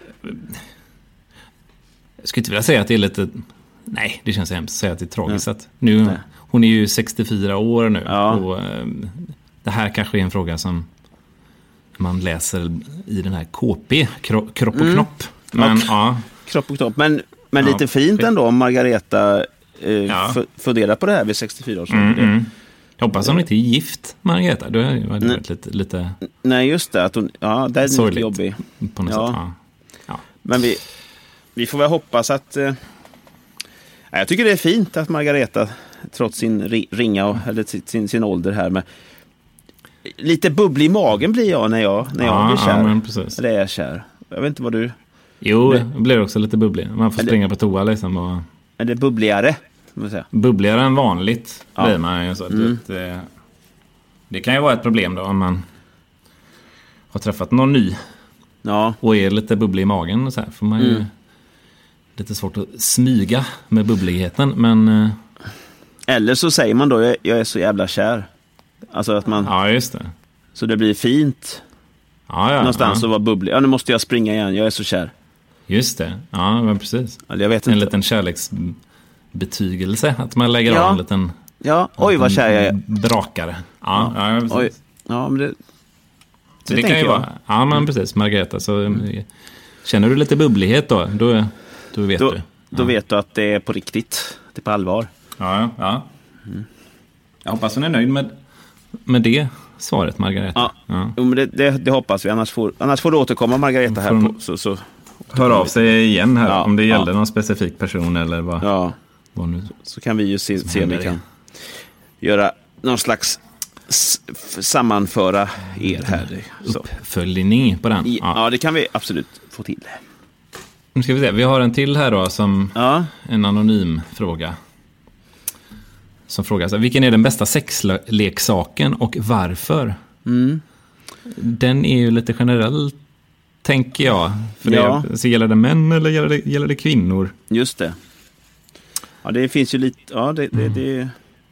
Jag skulle inte vilja säga att det är lite... Nej, det känns hemskt att säga att det är tragiskt. Nej. Att nu, Nej. hon är ju sextiofyra år nu. Ja. Och eh, det här kanske är en fråga som man läser i den här K P, kro, kropp och Mm. knopp. Men Och- ja, Kropp och knopp. Men, men Ja, lite fint ändå om Margareta eh, Ja. f- funderar på det här vid sextiofyra års mm, ålder. mm. Jag hoppas hon inte är gift, Margareta. Då hade det varit Nej. lite, lite Nej, just det. Att hon, ja, det är lite Sorgligt. jobbig. på något Ja. sätt. Ja. Ja. Men vi, vi får väl hoppas att... Eh, ja, jag tycker det är fint att Margareta, trots sin ri, ringa och, eller sin, sin, sin ålder här, med lite bubblig i magen blir jag när jag, när jag Ja, blir kär. ja, men precis. Eller är jag kär. Jag vet inte vad du... Jo, Nej. det blir också lite bubblig. Man får Eller- springa på toa liksom och... Är det bubbligare? Ska man säga. Bubbligare än vanligt Ja. blir man ju så. Mm. Det, det kan ju vara ett problem då om man har träffat någon ny Ja, och är lite bubblig i magen och så här. Får man ju Mm. lite svårt att smyga med bubbligheten. Men eh, eller så säger man då, jag, jag är så jävla kär. Alltså att man... ja, just det. Så det blir fint Ja, ja, någonstans ja. att vara bubblig. Ja, nu måste jag springa igen, jag är så kär. Just det. Ja, men precis. Eller jag vet En inte. liten kärleksbetygelse. Att man lägger Ja. av en liten... Ja, oj vad kär jag är. Brakare. Ja, ja. precis. Oj. Ja, men det... Så det det, kan tänker ju jag. vara. Ja, men precis. Margareta, så eh, känner du lite bubblighet då, då, då vet Då, du. då vet du att det är på riktigt. Det är på allvar. Ja, ja. Jag hoppas hon är nöjd med, med det svaret, Margareta. Ja, ja. Jo, men det, det, det hoppas vi. Annars får, annars får du återkomma, Margareta, här på, så, så tar av sig igen här, ja, om det gällde ja. någon specifik person eller vad, ja. vad nu. Så kan vi ju se, se om vi kan göra någon slags s- sammanföra er här. Så. Uppföljning på den. Ja. ja, det kan vi absolut få till. Nu ska vi se, vi har en till här då som ja. en anonym fråga. Som frågar så här, vilken är den bästa sexleksaken och varför? Mm. Den är ju lite generell, tänker jag. För ja. det, så gäller det män eller gäller det, gäller det kvinnor? Just det. Ja, det finns ju lite... Ja, det... det, det...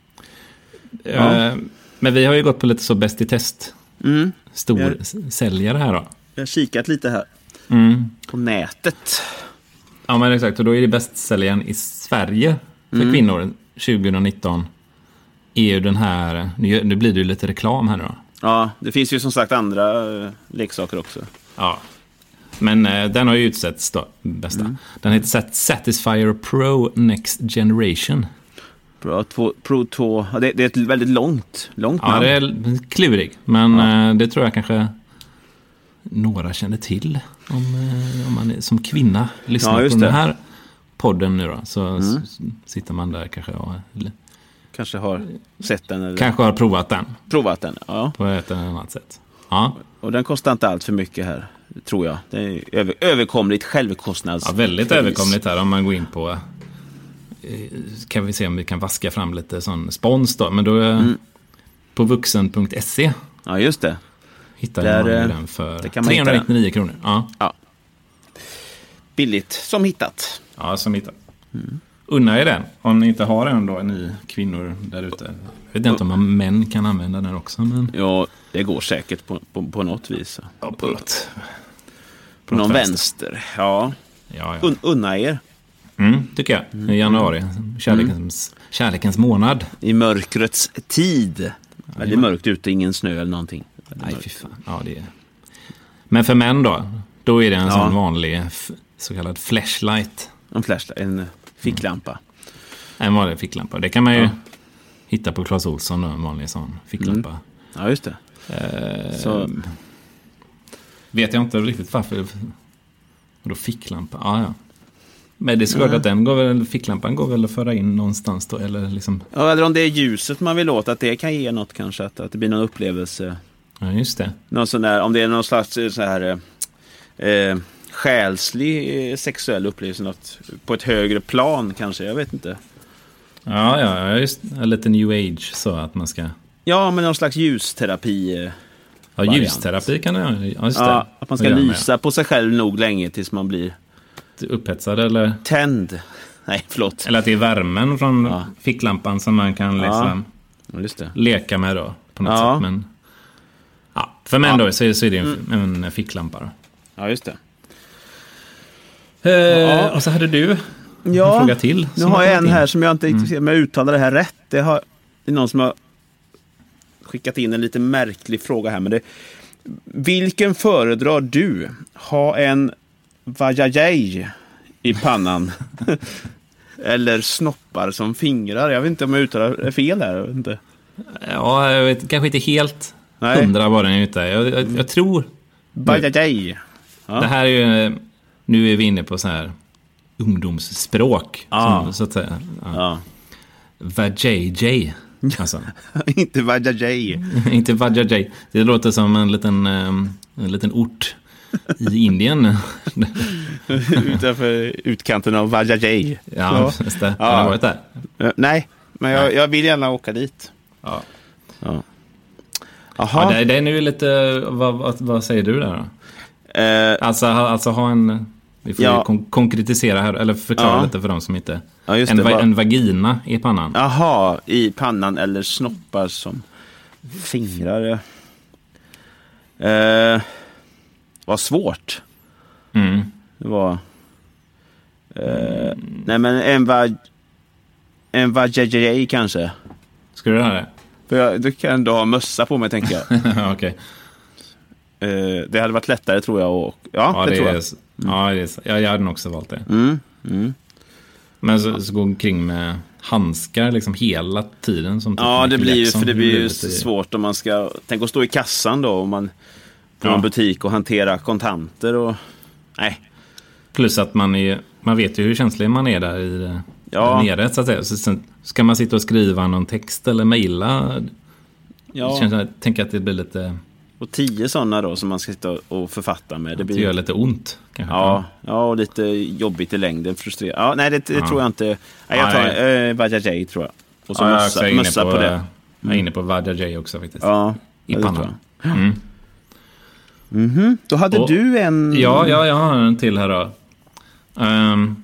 Ja. Men vi har ju gått på lite så bäst i test. Mm. Stor jag... säljare här då. Jag har kikat lite här. Mm. På nätet. Ja, men exakt. Och då är det bästsäljaren i Sverige för mm. kvinnor tjugonitton. Är ju den här... Nu, nu blir det ju lite reklam här då. Ja, det finns ju som sagt andra uh, leksaker också. Ja. Men uh, den har ju utsetts då, bästa. Mm. Den heter Satisfyer Pro Next Generation. Pro två, Pro två. Ja, det, det är ett väldigt långt, långt namn. Ja, det är klurig. Men ja. uh, det tror jag kanske några känner till. Om, uh, om man är, som kvinna lyssnar ja, på den här podden nu då. Så mm. s- sitter man där kanske och... Kanske har sett den. Eller... Kanske har provat den. Provat den, ja. På ett eller annat sätt. Ja. Och den kostar inte allt för mycket här, tror jag. Det är över, överkomligt självkostnads. Ja, väldigt överkomligt här om man går in på... Kan vi se om vi kan vaska fram lite sån spons då. Men då är mm. på vuxen punkt se. Ja, just det. Hittar där, man den för trehundranittionio kronor. Ja. ja. Billigt som hittat. Ja, som hittat. Mm. Unna er den. Om ni inte har en då, ni kvinnor där ute. Jag vet inte om man män kan använda den också. Men... Ja, det går säkert på, på, på något vis. Ja, på något. På någon vänster. vänster. Ja. Ja, ja. Un, unna er. Mm, tycker jag. Mm. I januari. Kärlekens, mm. kärlekens månad. I mörkrets tid. Ja, det är mörkt ute, ingen snö eller någonting. Nej, fy fan. Ja, det är... Men för män då? Då är det en ja. sån vanlig så kallad flashlight. En flashlight, en ficklampa. Mm. En vanlig ficklampa. Det kan man ju ja. hitta på Clas Ohlson, en vanlig sån ficklampa. Mm. Ja, just det. Eh, så vet jag inte riktigt varför. Då ficklampa. Ja, ja. Men det är svårt mm. att den går väl, ficklampan går väl att föra in någonstans då, eller liksom... Ja, eller om det är ljuset man vill åt, att det kan ge något kanske, att, att det blir någon upplevelse. Ja, just det. Någon sån där, om det är någon slags så här eh, själslig eh, sexuell upplevelse, något på ett högre plan kanske, jag vet inte. Ja, ja, just en liten new age så att man ska... Ja, men någon slags ljusterapi. Eh, ja, variant. ljusterapi kan det, ja, just det. Ja, att man ska lysa på sig själv nog länge tills man blir... upphetsad eller... Tänd. Nej, förlåt. Eller att det är värmen från ja. ficklampan som man kan liksom ja, just det. leka med då på något ja. sätt. Men ja, för män ja. då så är, så är det en, mm. en ficklampa då. Ja, just det. Eh, ja. Och så hade du ja. en fråga till. Nu har jag en in. här som jag inte riktigt mm. ser, men jag uttalar det här rätt. Det, har, det är någon som har skickat in en lite märklig fråga här. Men det, vilken föredrar du? Ha en vajajaj i pannan eller snoppar som fingrar? Jag vet inte om jag uttalar fel här. Jag vet inte. Ja, jag vet kanske inte helt Nej. hundra vad den är ute. Jag, jag, jag tror... Vajajaj. Ja. Det här är ju... Nu är vi inne på så här ungdomsspråk. Ja. Som, så att säga. Ja. Ja. Vajajaj. Alltså. Inte vajajaj. Inte vajajaj. Det låter som en liten, en liten ort i Indien. Utanför utkanten av Vajajaj. Ja, just det. Har du varit där? Uh, nej, men jag, jag vill gärna åka dit. Ja. Ja. Ja, det, det är nu lite... Vad, vad, vad säger du där då? Uh, alltså, alltså ha en... Vi får ja. kon- konkretisera här, eller förklara ja. lite för dem som inte... Ja, just en, det, va- var... en vagina i pannan. Jaha, i pannan eller snoppar som fingrar. Uh, vad svårt. Mm. Det var... Uh, mm. Nej, men en va... En vajajaj kanske. Ska du ha det? För jag, du kan då ha mössa på mig, tänker jag. Okej. Okay. Uh, det hade varit lättare, tror jag. Och, ja, ja, det, det tror är, jag. Mm. Ja, det är, jag, jag hade nog också valt det. Mm. Mm. Men så, så gå omkring med handskar liksom hela tiden. Som typ ja, det blir ju, Jackson. för det blir ju lite... svårt om man ska... Tänk att stå i kassan då, om man på Ja. en butik och hantera kontanter och... Nej. Plus att man är... Man vet ju hur känslig man är där i Ja. nere, så att säga. Så sen ska man sitta och skriva någon text eller mejla. Ja. Känns, jag tänker att det blir lite... Och tio sådana då som man ska sitta och författa med. Det, Det blir... gör lite ont, kanske. Ja, ja, och lite jobbigt i längden, frustrerande. Ja, nej, det, det Ja. tror jag inte. Nej, jag tar Nej. eh, Vajajay, tror jag. Och så Ja, jag är mössa, också inne mössa på, på, det. Jag är inne på Vajajay också faktiskt. Ja, I det tror pannan. jag. Mm. Mhm. Då hade Och- du en... Ja, ja, jag har en till här då. Ehm,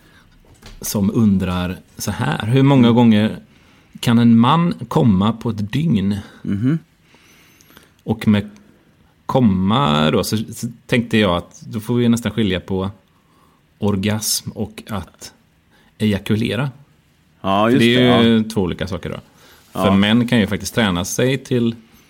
som undrar så här. Hur många gånger kan en man komma på ett dygn? Mhm. Och med komma då så, så tänkte jag att då får vi nästan skilja på orgasm och att ejakulera. Ja, För just det det. är Ja. ju två olika saker då. För Ja. män kan ju faktiskt träna sig till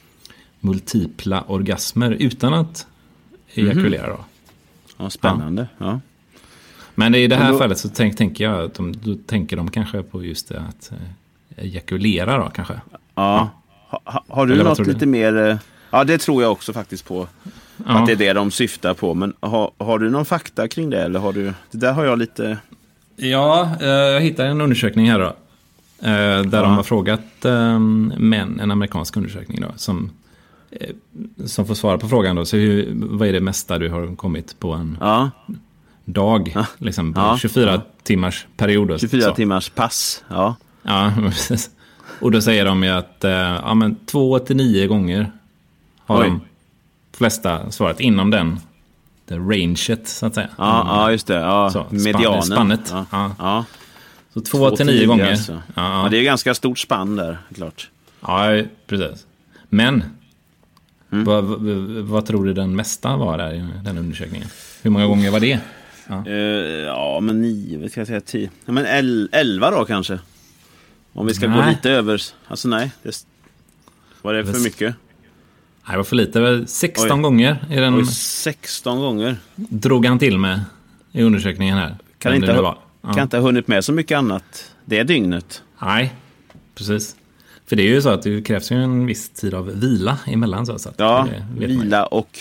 multipla orgasmer utan att ejakulera då. Ja, spännande. Ja. Men i det här Men då- fallet så tänk, tänker jag att de, då tänker de kanske på just det att eh, ejakulera då kanske. Ja. Ha, ha, har du Eller vad något tror du? lite mer... eh, Ja, det tror jag också faktiskt på. Ja. Att det är det de syftar på. Men har, har du någon fakta kring det? Eller har du... Det där har jag lite... Ja, eh, jag hittade en undersökning här då. Eh, där Ja. de har frågat eh, män, en amerikansk undersökning då, som, eh, som får svara på frågan då. Så hur, vad är det mesta du har kommit på en Ja, dag? Ja. Liksom på Ja. tjugofyra Ja. timmars period. och tjugofyra så. timmars pass. Ja. Ja, precis. Och då säger de ju att eh, ja, men två till nio gånger har Oj. de flesta svarat inom den, det ranget så att säga. Ja, ja, just det. Ja, Så, spann- medianen. spannet. Ja. Ja. Ja. Så två, till nio gånger. Alltså. Ja, Ja, ja. det är ju ganska stort spann där, klart. Ja, precis. Men, Mm. vad, vad, vad tror du den mesta var där i den undersökningen? Hur många gånger var det? Eh, ja, men nio, vad ska jag säga, tio. Ja, men el, elva då kanske. Om vi ska gå Nej. lite över. Alltså nej, det, var det för Det- mycket? Nej, det var för lite. Det var sexton Oj. gånger i den, Oj, sexton gånger. drog han till med i undersökningen här. Kan Vem inte, det nu ha, var. Ja. kan inte ha hunnit med så mycket annat det dygnet. Nej, precis. För det är ju så att det krävs ju en viss tid av vila emellan. Så, så att Ja, det vet man ju. vila och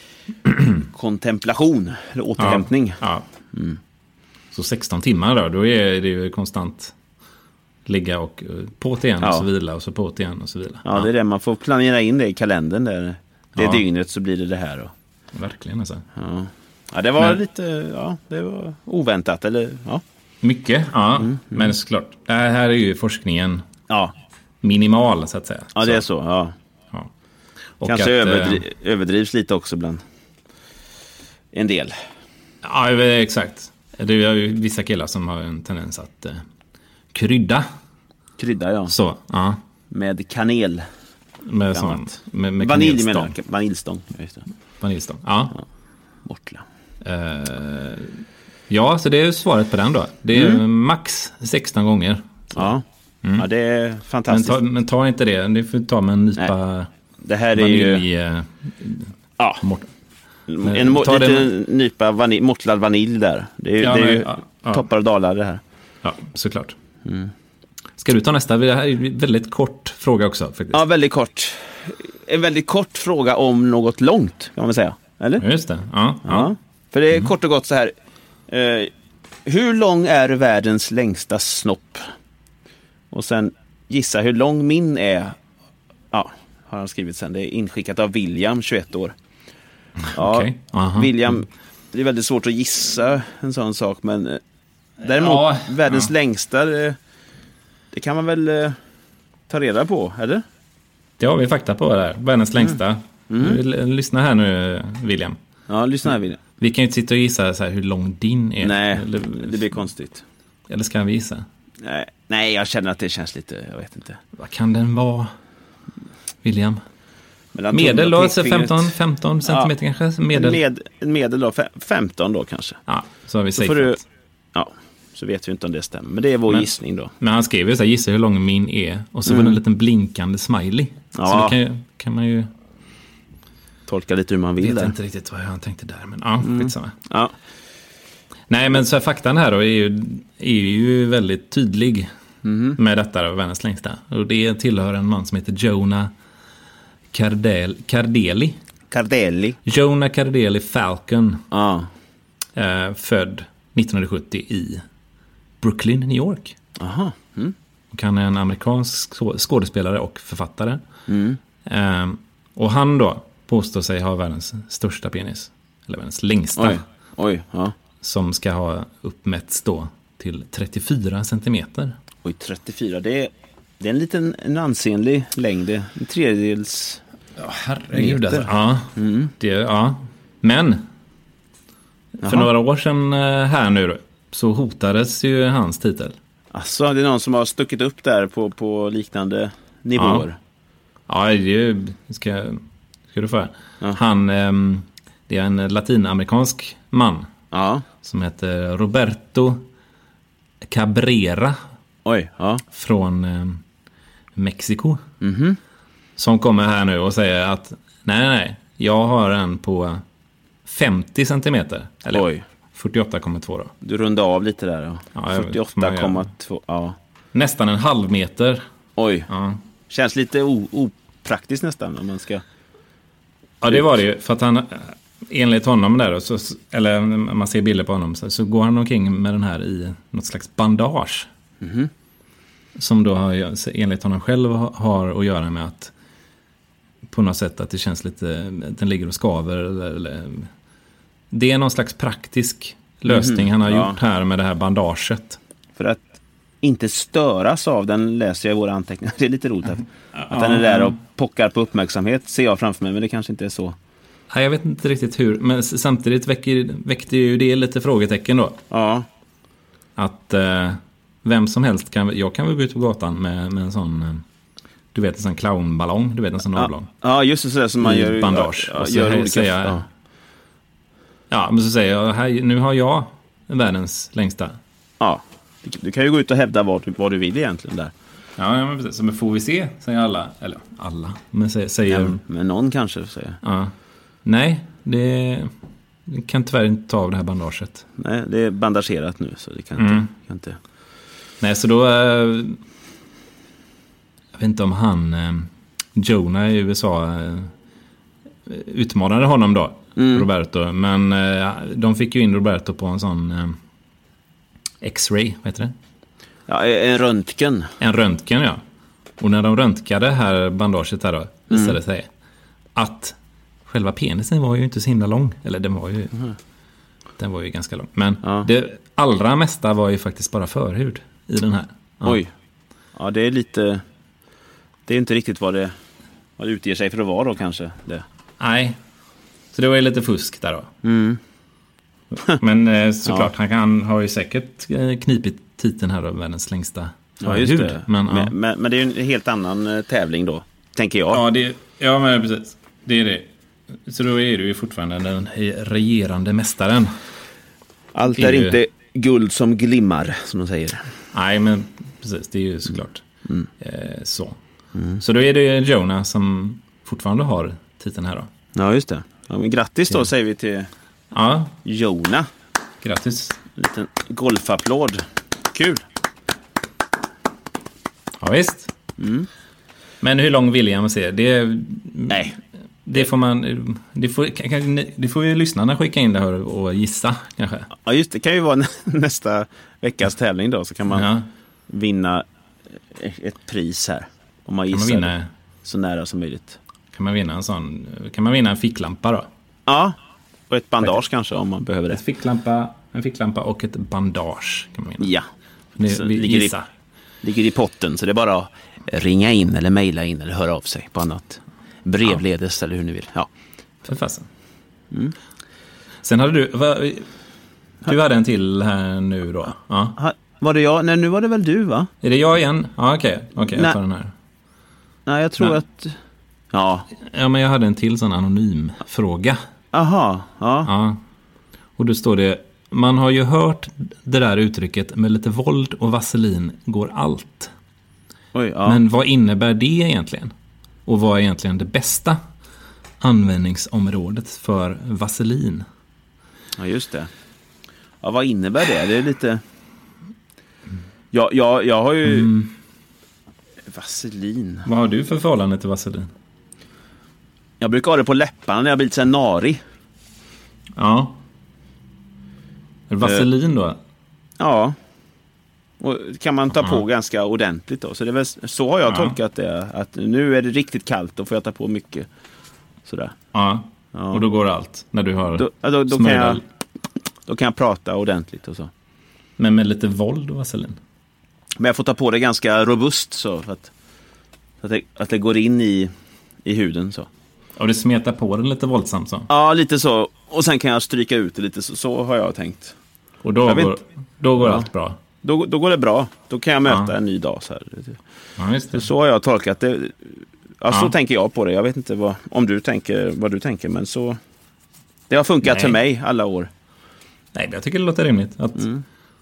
kontemplation, eller återhämtning. Ja. Ja. Så sexton timmar då, då är det ju konstant ligga och eh, på till igen Ja. och så vila och så på till igen och så vila. Ja, det är det. Man får planera in det i kalendern där. Det Ja. dygnet så blir det det här då. Verkligen alltså. Ja, ja det var Men- lite, ja, det var oväntat, eller ja. Mycket, ja. Mm, Men såklart, det här är ju forskningen Ja, minimal så att säga. ja det är så, ja. Ja. Och Kanske att, eh, överdri- överdrivs lite också bland en del. Ja, exakt. Det är ju vissa killar som har en tendens att eh, krydda. Krydda, ja. Så, ja. Med kanel. Med Annat. sånt. Med, med Vanilj kanelstång. menar jag. Vaniljstång. Ja, just det. Vaniljstång, ja. Mortla. Eh, ja, så det är svaret på den då. Det är Mm. max sexton gånger. Ja. ja, det är Men fantastiskt. ta, men ta inte det. Det får ta med en nypa Det här är ju vanilj. eh, ja, mort. en mo- ta det- liten nypa vanilj, mortlad vanilj där. Det är, ju- Ja, det är men- ju ja, ja. toppar och dalar det här. Ja, såklart. Ska du ta nästa? Det här är en väldigt kort fråga också. Faktiskt. Ja, väldigt kort. En väldigt kort fråga om något långt, kan man väl säga. Eller? Ja, just det. Ja, ja. Ja. För det är kort och gott så här. Eh, hur lång är världens längsta snopp? Och sen gissa hur lång min är. Ja, har han skrivit sen. Det är inskickat av William, tjugoett år. Ja, Okej. Aha. William, det är väldigt svårt att gissa en sån sak. Men eh, däremot, Ja, världens ja. längsta, eh, det kan man väl eh, ta reda på, eller? Det har vi fakta på där. Världens längsta. Mm. L- Lyssna här nu, William. Ja, lyssna här, William. Vi kan ju inte sitta och gissa så här hur lång din är. Nej, Eller, det blir konstigt. eller ska vi gissa? Nej, nej, jag känner att det känns lite, jag vet inte. Vad kan den vara? William? Mellan Medel tummen då? och Alltså pekfingret. femton, femton centimeter kanske? Medel? Med, en medel då, fe- femton då kanske. Ja, så har vi Så får du, safeat. ja, så vet vi inte om det stämmer. Men det är vår Men- gissning då. Men han skrev ju så här, gissa hur lång min är. Och så var det en liten blinkande smiley. Så Ja. det kan, ju- kan man ju... Tolka lite hur man vill vet där. inte riktigt vad han tänkte där, men ja, skitsamma. Ja, Nej, men så här, faktan här då är ju, är ju väldigt tydlig. mm. med detta då, världens längsta. Och det tillhör en man som heter Jonah Cardel, Cardeli. Cardelli. Jonah Cardeli Falcon. Ah. Eh, född nittonhundrasjuttio i Brooklyn, New York. Aha. Mm. Och han är en amerikansk skådespelare och författare. Mm. Eh, och han då påstår sig ha världens största penis. Eller världens längsta. Oj. Oj, ja. Som ska ha uppmätts då till trettiofyra centimeter. Oj, trettiofyra. Det är, det är en liten en ansenlig längd. En tredjedels... Ja, herregud. Alltså. Ja, mm. det, ja. Men för Jaha. några år sedan här nu då, så hotades ju hans titel. Alltså, det är någon som har stuckit upp där på, på liknande nivåer. Ja, ja det ska, ska du få. Ja. Han, det är en latinamerikansk man. Ja. Som heter Roberto Cabrera. Oj, ja. Från eh, Mexiko. Mhm. Som kommer här nu och säger att nej, nej, jag har en på femtio centimeter. Eller Oj. fyrtioåtta komma två då. Du rundar av lite där då. Ja, fyrtioåtta komma två, ja. Nästan en halv meter. Oj. Ja. Känns lite o- opraktiskt nästan om man ska... Ja, det var det ju. För att han, enligt honom där då, så, eller man ser bilder på honom, så, så går han omkring med den här i något slags bandage. Mhm. Som då har, enligt honom själv har att göra med att på något sätt att det känns lite, den ligger och skaver eller, eller det är någon slags praktisk lösning mm-hmm. han har ja. gjort här med det här bandaget. För att inte störas av den läser jag i våra anteckningar. Det är lite roligt att, ja. att den är där och pockar på uppmärksamhet ser jag framför mig, men det kanske inte är så. Nej, jag vet inte riktigt hur, men samtidigt väcker, väckte ju det lite frågetecken då. Ja. Att eh, vem som helst kan, jag kan väl gå ut på gatan med, med en sån, du vet en sån clownballong, du vet en sån oblong. Ja, ja, just det, så där som man gör bandage. Ja, och så gör här, olika, säger jag, ja. ja, men så säger jag, här, nu har jag världens längsta. Ja, du kan ju gå ut och hävda vad du, vad du vill egentligen där. Ja, ja men precis. Men får vi se, säger alla. Eller alla, men säger... säger ja, men någon kanske säger. Ja. Nej, det, det kan tyvärr inte ta av det här bandaget. Nej, det är bandagerat nu, så det kan inte... Mm. Kan inte... Nej, så då... Äh, jag vet inte om han... Äh, Jonah i U S A äh, utmanade honom då, mm. Roberto. Men äh, de fick ju in Roberto på en sån äh, X-ray, vad heter det? Ja, en röntgen. En röntgen, ja. Och när de röntgade här bandaget här då, visade det mm. sig att själva penisen var ju inte så himla lång. Eller den var ju, mm. den var ju ganska lång. Men ja. det allra mesta var ju faktiskt bara förhud i den här. Ja. Oj. Ja, det är lite... Det är inte riktigt vad det, vad det utger sig för att vara då kanske. Det. Nej. Så det var ju lite fusk där då. Mm. Men eh, såklart, ja. han, kan, han har ju säkert knipit titeln här då, världens längsta ja, just hud. det. Men, men, ja. men, men det är ju en helt annan tävling då, tänker jag. Ja, det, ja men precis. Det är det. Så då är du ju fortfarande den regerande mästaren. Allt är, är ju... inte guld som glimmar, som de säger. Nej, men precis, det är ju såklart mm. eh, så. Mm. Så då är det Jonah som fortfarande har titeln här då. Ja, just det. Ja, men grattis då, ja. säger vi till ja. Jonah. Grattis. En liten golfapplåd. Kul. Ja, visst. Mm. Men hur lång vill jag se? Det, Nej. Det får man... Det får, kan, det får ju lyssnarna skicka in det här och gissa, kanske. Ja, just det. Det kan ju vara nästa veckas tävling då. Så kan man ja. vinna ett pris här. Om man gissar man vinna, så nära som möjligt. Kan man vinna en sån... Kan man vinna en ficklampa då? Ja. Och ett bandage kanske om man behöver det. Ett ficklampa, en ficklampa och ett bandage kan man vinna. Ja. Det, vi ligger, gissa. I, ligger i potten. Så det är bara att ringa in eller mejla in eller höra av sig på annat. Brevledes ja. eller hur ni vill. Ja. För fasen. Mm. Sen hade du... Va, du hade en till här nu då. Ja. Ha, var det jag? Nej, nu var det väl du, va? Är det jag igen? Ja, okej. Okay. okay, jag tar den här. Nej, jag tror Nej. att... Ja. Ja, men jag hade en till sån anonym fråga. Aha, ja. ja. Och då står det... Man har ju hört det där uttrycket med lite våld och vaselin går allt. Oj, ja. Men vad innebär det egentligen? Och vad är egentligen det bästa användningsområdet för vaselin? Ja, just det. Ja, vad innebär det? Det är lite... Ja, jag, jag har ju... Mm. Vaselin. Vad har du för förhållande till vaselin? Jag brukar ha det på läpparna när jag blir lite så nari. Ja. Är det vaselin då? Ja. Och kan man ta uh-huh. på ganska ordentligt då. Så det är väl, så har jag uh-huh. tolkat det. Att nu är det riktigt kallt, då får jag ta på mycket. Sådär. Uh-huh. Ja. Och då går allt när du har då, då, då, kan jag, då kan jag prata ordentligt och så. Men med lite våld och vaselin? Men jag får ta på det ganska robust så. För att, att, det, att det går in i, i huden så. Och det smetar på den lite våldsamt så? Ja, lite så. Och sen kan jag stryka ut det lite så. Så har jag tänkt. Och då går, då går ja. allt bra? Då, då går det bra. Då kan jag möta ja. en ny dag så här. Ja, just det. Så har jag tolkat det. Ja, så ja. tänker jag på det. Jag vet inte vad, om du tänker, vad du tänker, men så... Det har funkat Nej. för mig alla år. Nej, jag tycker det låter rimligt. Att, mm.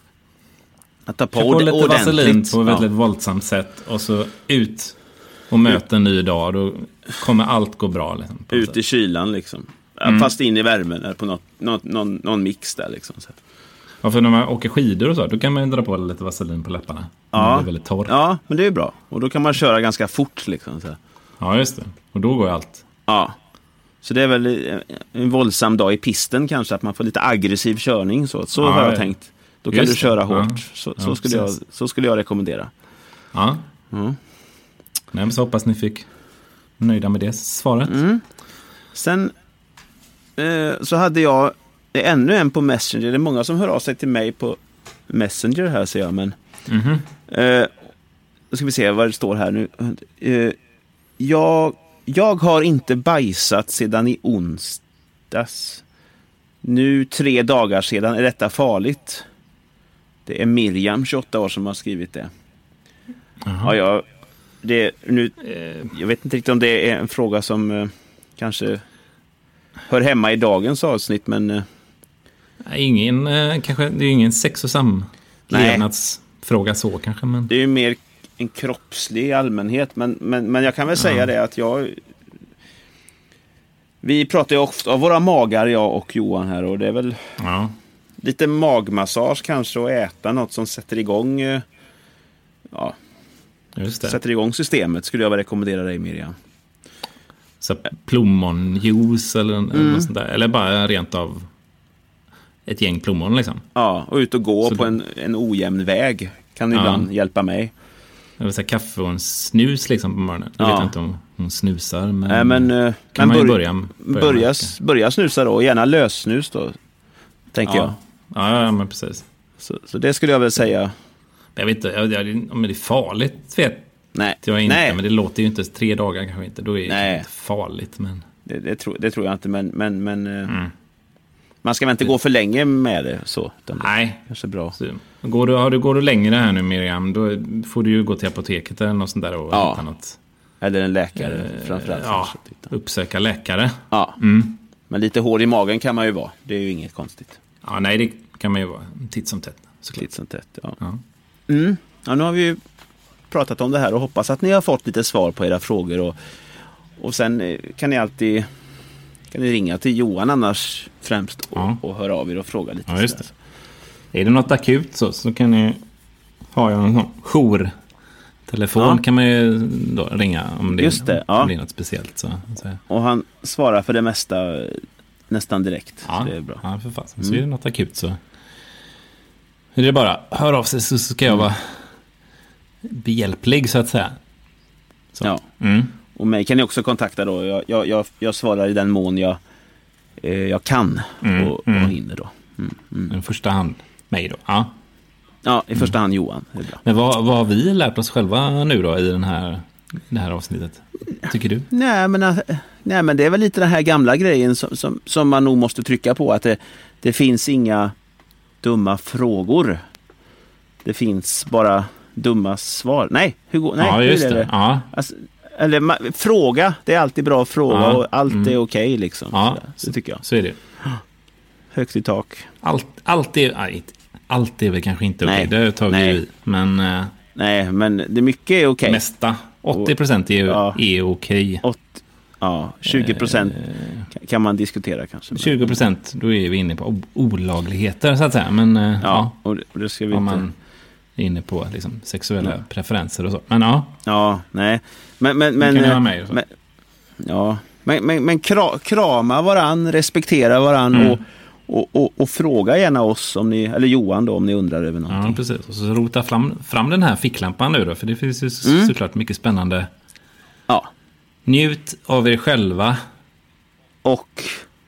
att ta på, på lite ordentligt. Vaselin på ett väldigt ja. våldsamt sätt. Och så ut och möta en ny dag. Då kommer allt gå bra. Liksom, ut sätt. i kylan liksom. Mm. Fast in i värmen. Eller på något, något, någon, någon mix där liksom. Så. Ja, för när man åker skidor och så, då kan man dra på lite vaselin på läpparna. Ja, det är väldigt torr. Ja, men det är bra. Och då kan man köra ganska fort liksom. Så. Ja, just det. Och då går allt. Ja. Så det är väl en våldsam dag i pisten kanske, att man får lite aggressiv körning. Så, så ja, har jag tänkt. Då kan du köra det. hårt. Ja. Så, så, ja, skulle jag, så skulle jag rekommendera. Ja. Mm. Nej, men så hoppas ni fick nöjda med det svaret. Mm. Sen eh, så hade jag ännu en på Messenger. Det är många som hör av sig till mig på Messenger här, ser jag. Men mm-hmm. eh, då ska vi se vad det står här nu. Eh, jag, jag har inte bajsat sedan i onsdags. Nu tre dagar sedan. Är detta farligt? Det är Miriam, tjugoåtta år, som har skrivit det. Ja, jag, det nu, eh, jag vet inte riktigt om det är en fråga som eh, kanske hör hemma i dagens avsnitt, men... Eh, ingen, eh, kanske, det är ingen sex- och samlevnadsfråga så kanske, men... Det är ju mer en kroppslig allmänhet, men, men, men jag kan väl säga ja. det att jag... Vi pratar ju ofta av våra magar, jag och Johan här, och det är väl ja. lite magmassage kanske, och äta något som sätter igång eh, ja, Just det. sätter igång systemet, skulle jag väl rekommendera dig, Miriam. Så plommonjuice eller, mm. eller något sånt där, eller bara rent av ett gäng plommon liksom. Ja, och ut och gå så på en, en ojämn väg kan ja. ibland hjälpa mig. Jag vill säga kaffe och en snus liksom på morgonen. Jag ja. vet inte om hon snusar, men, Nej, men kan men man bör, börja, börja, börja, börja snusa då, gärna lössnus då, tänker ja. jag. Ja, ja, men precis. Så, så det skulle jag väl säga. Jag vet inte, jag, jag, om det är farligt vet Nej. jag inte, Nej. men det låter ju inte tre dagar kanske inte, då är det Nej. inte farligt. Men... Det, det, tror, det tror jag inte, men, men, men mm. man ska väl inte det... gå för länge med det så. Nej. Det är bra. Så, går, du, har du, går du längre här nu, Miriam, då får du ju gå till apoteket eller något sånt där och ja. hitta något. Eller en läkare eh, framförallt. Ja, uppsöka läkare. Ja, mm. Men lite hår i magen kan man ju vara. Det är ju inget konstigt. Ja, nej, det kan man ju vara. Titt som tätt. Titt som tätt, ja. Ja. Mm. Ja, nu har vi ju pratat om det här och hoppas att ni har fått lite svar på era frågor. Och, och sen kan ni alltid kan ni ringa till Johan annars främst och, ja. och höra av er och fråga lite. Ja, just det. Är det något akut så, så kan ni ha en jourtelefon, ja. kan man ju då ringa om det, just det, om ja. det blir något speciellt. Så, så. Och han svarar för det mesta nästan direkt. Ja, så det är bra. Ja, för fasen. Mm. Så är det något akut så är det bara hör av sig, så ska jag vara behjälplig så att säga. Så. Ja. Mm. Och mig kan ni också kontakta då. Jag, jag, jag, jag svarar i den mån jag, eh, jag kan mm. och, mm. och hinner då. Mm. Mm. I första hand mig då. Ja, ja i första mm. hand Johan. Det är bra. Men vad, vad har vi lärt oss själva nu då i den här, det här avsnittet? Tycker du? Nej men, nej, men det är väl lite den här gamla grejen som, som, som man nog måste trycka på. Att det, det finns inga dumma frågor. Det finns bara dumma svar. Nej, hur går nej, ja, just hur är det? det. Ja. Alltså, eller ma- fråga, det är alltid bra att fråga ja. och allt mm. är okej okay, liksom. Ja, så, så tycker jag. Så är det. Högt i tak. Allt, allt, är, nej, allt är väl kanske inte okej, okay. Det tar vi ju i. Men, uh, nej, men det mycket är okej. Okay. Mesta, åttio procent är, ja. är okej. Okay. Ja, tjugo procent uh, kan man diskutera kanske. tjugo procent, då är vi inne på olagligheter så att säga. Men, uh, ja, ja, och det, och det ska vi inte... Man inne på liksom, sexuella mm. preferenser och så. Men ja. Ja, nej. Men, men, men, kan jag vara med men, ja. men, men, men kra, krama varann, respektera varann mm. och, och, och, och fråga gärna oss, om ni, eller Johan då, om ni undrar över någonting. Ja, precis. Och så rota fram, fram den här ficklampan nu då, för det finns ju så, mm. såklart mycket spännande. Ja. Njut av er själva. Och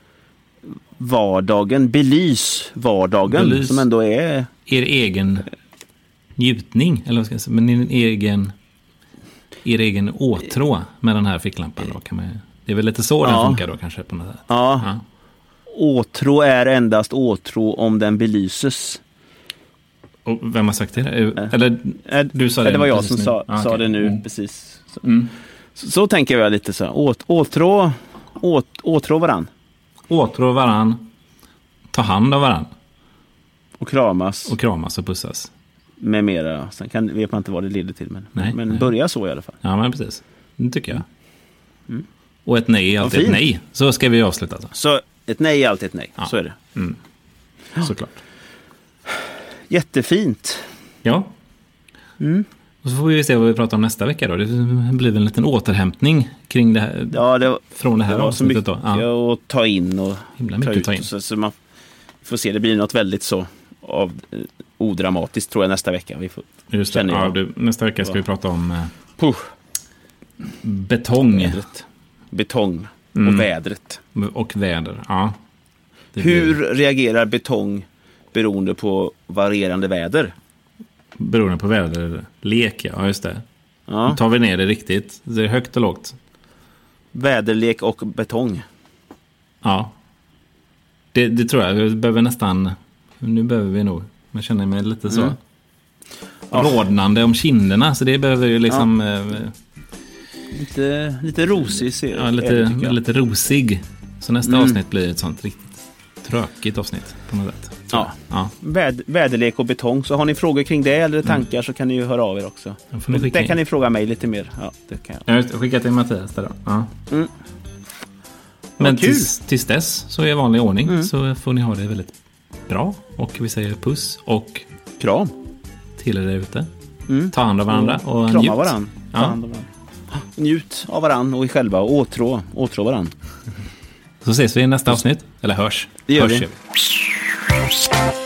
vardagen, belys vardagen belys som ändå är er egen njutning, eller vad ska jag säga, men er egen er egen åtrå med den här ficklampan då kan man, det är väl lite så ja. Den funkar då kanske på något sätt. Ja. ja. Åtrå är endast åtrå om den belyses. Och vem har sagt det? Eller äh, du sa det? Det var jag som sa, ah, sa okay. det nu mm. precis. Så. Mm. Så, så tänker jag lite så. Åt, åtrå åt, åtrå varann. Åtrå varann. Ta hand av varann. Och kramas. Och kramas och pussas. Med mera. Sen kan, vet man inte vad det leder till. Men, nej, men nej. Börja så i alla fall. Ja, men precis. Det tycker jag. Mm. Och ett nej är alltid ett nej. Så ska vi avsluta. Alltså. Så ett nej är alltid ett nej. Ja. Så är det. Mm. Såklart. Jättefint. Ja. Mm. Och så får vi se vad vi pratar om nästa vecka då. Det blir väl en liten återhämtning kring det här. Ja, det var, från det här det var så mycket då. Ja. att ta in och himla mycket ta ut. Ta in. Så, så man får se, det blir något väldigt så av, eh, odramatiskt tror jag nästa vecka. Vi får, just det. Ja, du, nästa vecka ska vi prata om eh, betong. Vädret. Betong och mm. vädret. Och väder, ja. Det Hur blir... reagerar betong beroende på varierande väder? Beroende på väderlek, ja just det. Ja. Nu tar vi ner det riktigt. Det är högt och lågt. Väderlek och betong. Ja. Det, det tror jag. Vi behöver nästan... Nu behöver vi nog... Man känner mig lite så... Mm. Ja. Rodnande om kinderna. Så det behöver ju liksom... Ja. Eh, lite, lite rosig ser ja, lite, det, lite rosig. Så nästa mm. avsnitt blir ett sånt riktigt tråkigt avsnitt på något sätt. Ja. Ja. Väd, väderlek och betong. Så har ni frågor kring det eller tankar mm. så kan ni ju höra av er också. Det kan ni fråga mig lite mer. Ja, det kan jag. Jag skickar till Mattias där då. Ja. Mm. Men tills, tills dess så är jag vanlig ordning mm. så får ni ha det väldigt bra. Och vi säger puss och kram till er där ute. Mm. Ta hand om varandra och, och krama njut. Varann. Ta ja. hand om varandra. Njut av varandra och i själva och åtrå, åtrå varandra. Så ses vi i nästa avsnitt. Eller hörs. Det gör hörs vi.